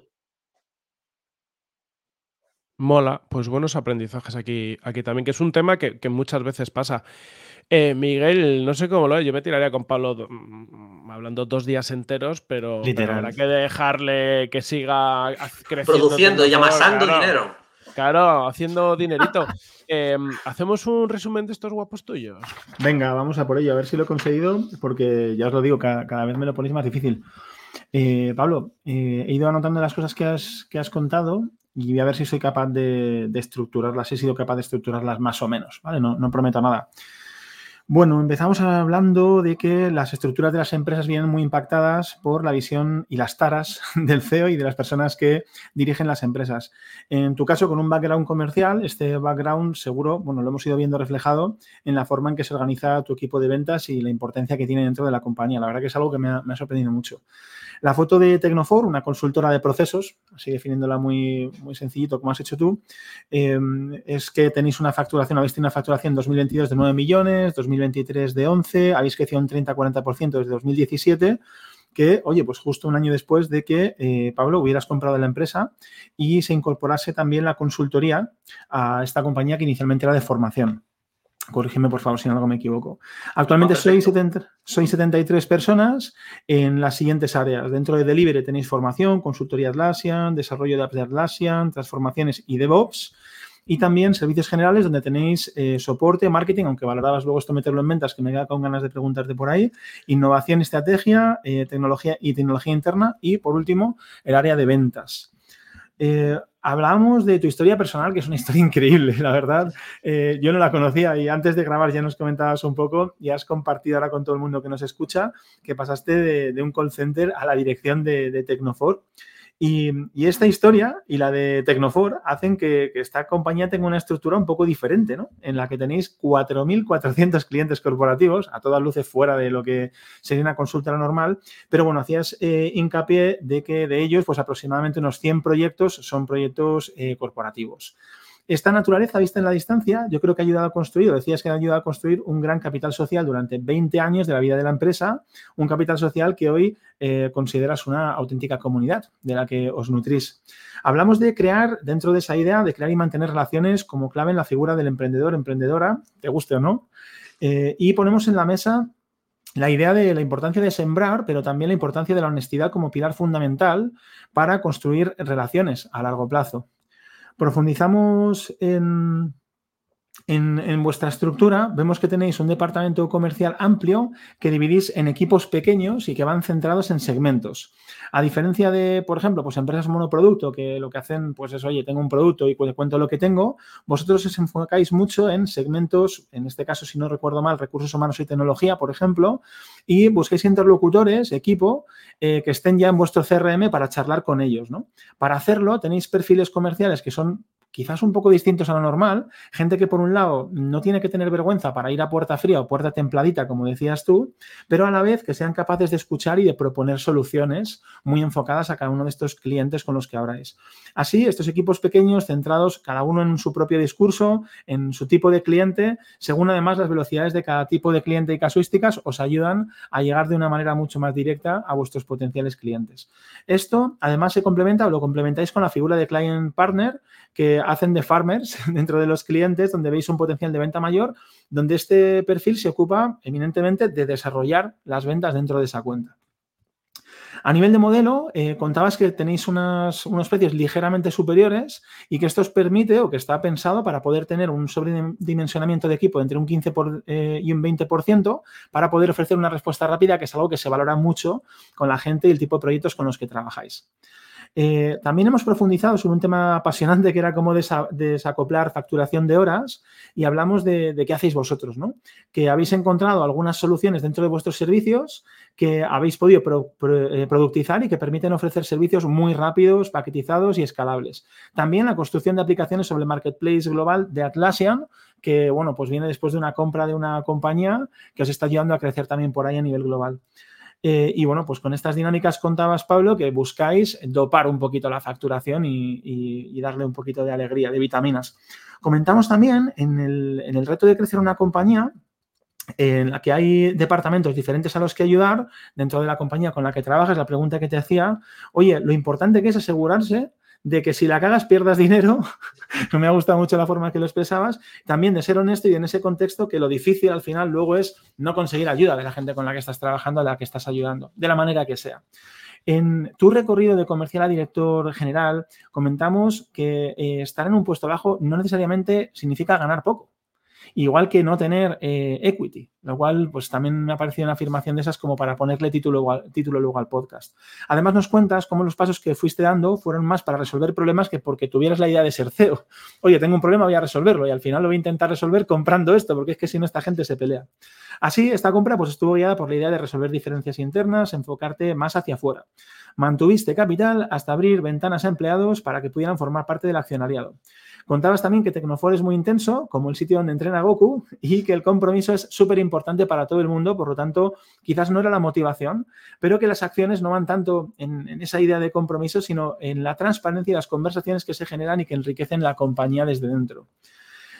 Mola, pues buenos aprendizajes aquí, aquí también, que es un tema que, que muchas veces pasa. Eh, Miguel, no sé cómo lo es, yo me tiraría con Pablo do, mm, hablando dos días enteros, pero, pero habrá que dejarle que siga creciendo. Produciendo y amasando claro, dinero. Claro, haciendo dinerito. Eh, ¿Hacemos un resumen de estos guapos tuyos? Venga, vamos a por ello, a ver si lo he conseguido, porque ya os lo digo, cada, cada vez me lo ponéis más difícil. Eh, Pablo, eh, he ido anotando las cosas que has, que has contado y voy a ver si soy capaz de, de estructurarlas, he sido capaz de estructurarlas más o menos, ¿vale? No, no prometo nada. Bueno, empezamos hablando de que las estructuras de las empresas vienen muy impactadas por la visión y las taras del C E O y de las personas que dirigen las empresas. En tu caso, con un background comercial, este background seguro, bueno, lo hemos ido viendo reflejado en la forma en que se organiza tu equipo de ventas y la importancia que tiene dentro de la compañía. La verdad que es algo que me ha, me ha sorprendido mucho. La foto de Tecnofor, una consultora de procesos, así definiéndola muy, muy sencillito como has hecho tú, eh, es que tenéis una facturación, habéis tenido una facturación en dos mil veintidós de nueve millones, dos mil veintitrés de once, habéis crecido un treinta a cuarenta por ciento desde dos mil diecisiete, que, oye, pues justo un año después de que, eh, Pablo, hubieras comprado la empresa y se incorporase también la consultoría a esta compañía que inicialmente era de formación. Corrígeme, por favor, si en algo me equivoco. Actualmente No, sois, setenta, sois setenta y tres personas en las siguientes áreas. Dentro de Delivery tenéis formación, consultoría Atlassian, desarrollo de apps de Atlassian, transformaciones y DevOps. Y también servicios generales donde tenéis eh, soporte, marketing, aunque valorabas luego esto meterlo en ventas, que me queda con ganas de preguntarte por ahí, innovación, estrategia, eh, tecnología y tecnología interna. Y, por último, el área de ventas. Eh, hablábamos de tu historia personal, que es una historia increíble, la verdad. Eh, yo no la conocía y antes de grabar ya nos comentabas un poco y has compartido ahora con todo el mundo que nos escucha que pasaste de, de un call center a la dirección de, de Tecnofor. Y, y esta historia y la de Tecnofor hacen que, que esta compañía tenga una estructura un poco diferente, ¿no? En la que tenéis cuatro mil cuatrocientos clientes corporativos, a todas luces fuera de lo que sería una consultora normal, pero bueno, hacías eh, hincapié de que de ellos, pues aproximadamente unos cien proyectos son proyectos eh, corporativos. Esta naturaleza vista en la distancia, yo creo que ha ayudado a construir, decías que ha ayudado a construir un gran capital social durante veinte años de la vida de la empresa, un capital social que hoy eh, consideras una auténtica comunidad de la que os nutrís. Hablamos de crear, dentro de esa idea, de crear y mantener relaciones como clave en la figura del emprendedor, emprendedora, te guste o no, eh, y ponemos en la mesa la idea de la importancia de sembrar, pero también la importancia de la honestidad como pilar fundamental para construir relaciones a largo plazo. Profundizamos en, en, en vuestra estructura, vemos que tenéis un departamento comercial amplio que dividís en equipos pequeños y que van centrados en segmentos. A diferencia de, por ejemplo, pues empresas monoproducto que lo que hacen pues es, oye, tengo un producto y te cuento lo que tengo, vosotros os enfocáis mucho en segmentos, en este caso, si no recuerdo mal, recursos humanos y tecnología, por ejemplo, y busquéis interlocutores, equipo, eh, que estén ya en vuestro C R M para charlar con ellos, ¿no? Para hacerlo tenéis perfiles comerciales que son quizás un poco distintos a lo normal, gente que por un lado no tiene que tener vergüenza para ir a puerta fría o puerta templadita, como decías tú, pero a la vez que sean capaces de escuchar y de proponer soluciones muy enfocadas a cada uno de estos clientes con los que habláis. Así, estos equipos pequeños centrados cada uno en su propio discurso, en su tipo de cliente, según además las velocidades de cada tipo de cliente y casuísticas, os ayudan a llegar de una manera mucho más directa a vuestros potenciales clientes. Esto además se complementa o lo complementáis con la figura de client partner que hacen de farmers dentro de los clientes, donde veis un potencial de venta mayor, donde este perfil se ocupa eminentemente de desarrollar las ventas dentro de esa cuenta. A nivel de modelo, eh, contabas que tenéis unas, unos precios ligeramente superiores y que esto os permite o que está pensado para poder tener un sobredimensionamiento de equipo entre un quince por ciento eh, y un veinte por ciento para poder ofrecer una respuesta rápida, que es algo que se valora mucho con la gente y el tipo de proyectos con los que trabajáis. Eh, también hemos profundizado sobre un tema apasionante que era cómo desa, desacoplar facturación de horas y hablamos de, de qué hacéis vosotros, ¿no? Que habéis encontrado algunas soluciones dentro de vuestros servicios que habéis podido pro, pro, eh, productizar y que permiten ofrecer servicios muy rápidos, paquetizados y escalables. También la construcción de aplicaciones sobre el marketplace global de Atlassian, que, bueno, pues viene después de una compra de una compañía que os está ayudando a crecer también por ahí a nivel global. Eh, y bueno, pues con estas dinámicas contabas, Pablo, que buscáis dopar un poquito la facturación y, y, y darle un poquito de alegría, de vitaminas. Comentamos también en el, en el reto de crecer una compañía en la que hay departamentos diferentes a los que ayudar dentro de la compañía con la que trabajas. La pregunta que te hacía, oye, lo importante que es asegurarse de que si la cagas pierdas dinero, no me ha gustado mucho la forma que lo expresabas, también de ser honesto y en ese contexto que lo difícil al final luego es no conseguir ayuda de la gente con la que estás trabajando, a la que estás ayudando, de la manera que sea. En tu recorrido de comercial a director general, comentamos que eh, estar en un puesto bajo no necesariamente significa ganar poco. Igual que no tener eh, equity, lo cual pues también me ha parecido una afirmación de esas como para ponerle título, título luego al podcast. Además nos cuentas cómo los pasos que fuiste dando fueron más para resolver problemas que porque tuvieras la idea de ser C E O. Oye, tengo un problema, voy a resolverlo y al final lo voy a intentar resolver comprando esto porque es que si no esta gente se pelea. Así, esta compra pues estuvo guiada por la idea de resolver diferencias internas, enfocarte más hacia afuera. Mantuviste capital hasta abrir ventanas a empleados para que pudieran formar parte del accionariado. Contabas también que Tecnofor es muy intenso, como el sitio donde entrena Goku, y que el compromiso es súper importante para todo el mundo, por lo tanto, quizás no era la motivación, pero que las acciones no van tanto en, en esa idea de compromiso, sino en la transparencia y las conversaciones que se generan y que enriquecen la compañía desde dentro.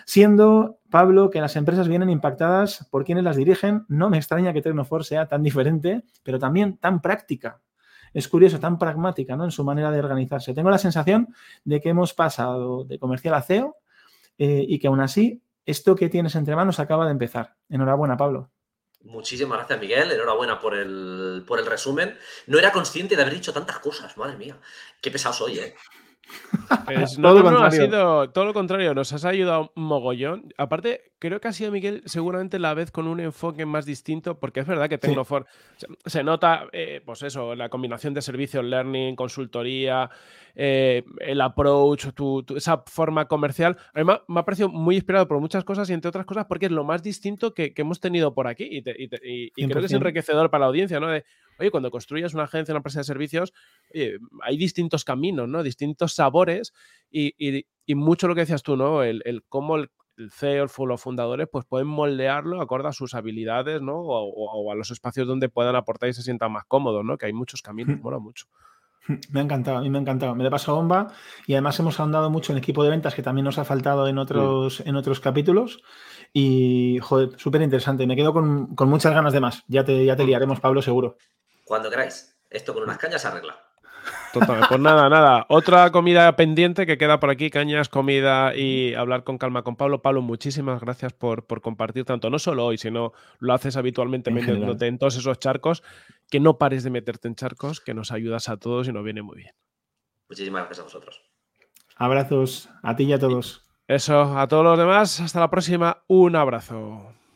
Siendo, Pablo, que las empresas vienen impactadas por quienes las dirigen, no me extraña que Tecnofor sea tan diferente, pero también tan práctica. Es curioso, tan pragmática, ¿no?, en su manera de organizarse. Tengo la sensación de que hemos pasado de comercial a C E O eh, y que aún así esto que tienes entre manos acaba de empezar. Enhorabuena, Pablo. Muchísimas gracias, Miguel. Enhorabuena por el, por el resumen. No era consciente de haber dicho tantas cosas, madre mía. Qué pesado soy, ¿eh? Pues no, no, no, ha sido todo lo contrario, nos has ayudado un mogollón. Aparte, creo que ha sido, Miguel, seguramente la vez con un enfoque más distinto, porque es verdad que Tecnofor sí. se, se nota, eh, pues eso, la combinación de servicios, learning, consultoría, eh, el approach, tu, tu, esa forma comercial. Además, me ha parecido muy inspirado por muchas cosas y, entre otras cosas, porque es lo más distinto que, que hemos tenido por aquí y, te, y, te, y, y creo que es enriquecedor para la audiencia, ¿no? De, oye, cuando construyas una agencia, una empresa de servicios, oye, hay distintos caminos, ¿no? Distintos sabores y, y, y mucho lo que decías tú, ¿no? El, el cómo el, el C E O, los fundadores, pues pueden moldearlo acorde a sus habilidades, ¿no? O, o, o a los espacios donde puedan aportar y se sientan más cómodos, ¿no? Que hay muchos caminos, mola mucho. Me ha encantado, a mí me ha encantado. Me lo he pasado bomba y además hemos ahondado mucho en el equipo de ventas, que también nos ha faltado en otros, mm. en otros capítulos. Y, joder, súper interesante. Me quedo con, con muchas ganas de más. Ya te, ya te liaremos, Pablo, seguro. Cuando queráis. Esto con unas cañas se arregla. Total, pues nada, nada. Otra comida pendiente que queda por aquí, cañas, comida y hablar con calma con Pablo. Pablo, muchísimas gracias por, por compartir tanto, no solo hoy, sino lo haces habitualmente metiéndote en todos esos charcos, que no pares de meterte en charcos, que nos ayudas a todos y nos viene muy bien. Muchísimas gracias a vosotros. Abrazos a ti y a todos. Eso, a todos los demás, hasta la próxima, un abrazo.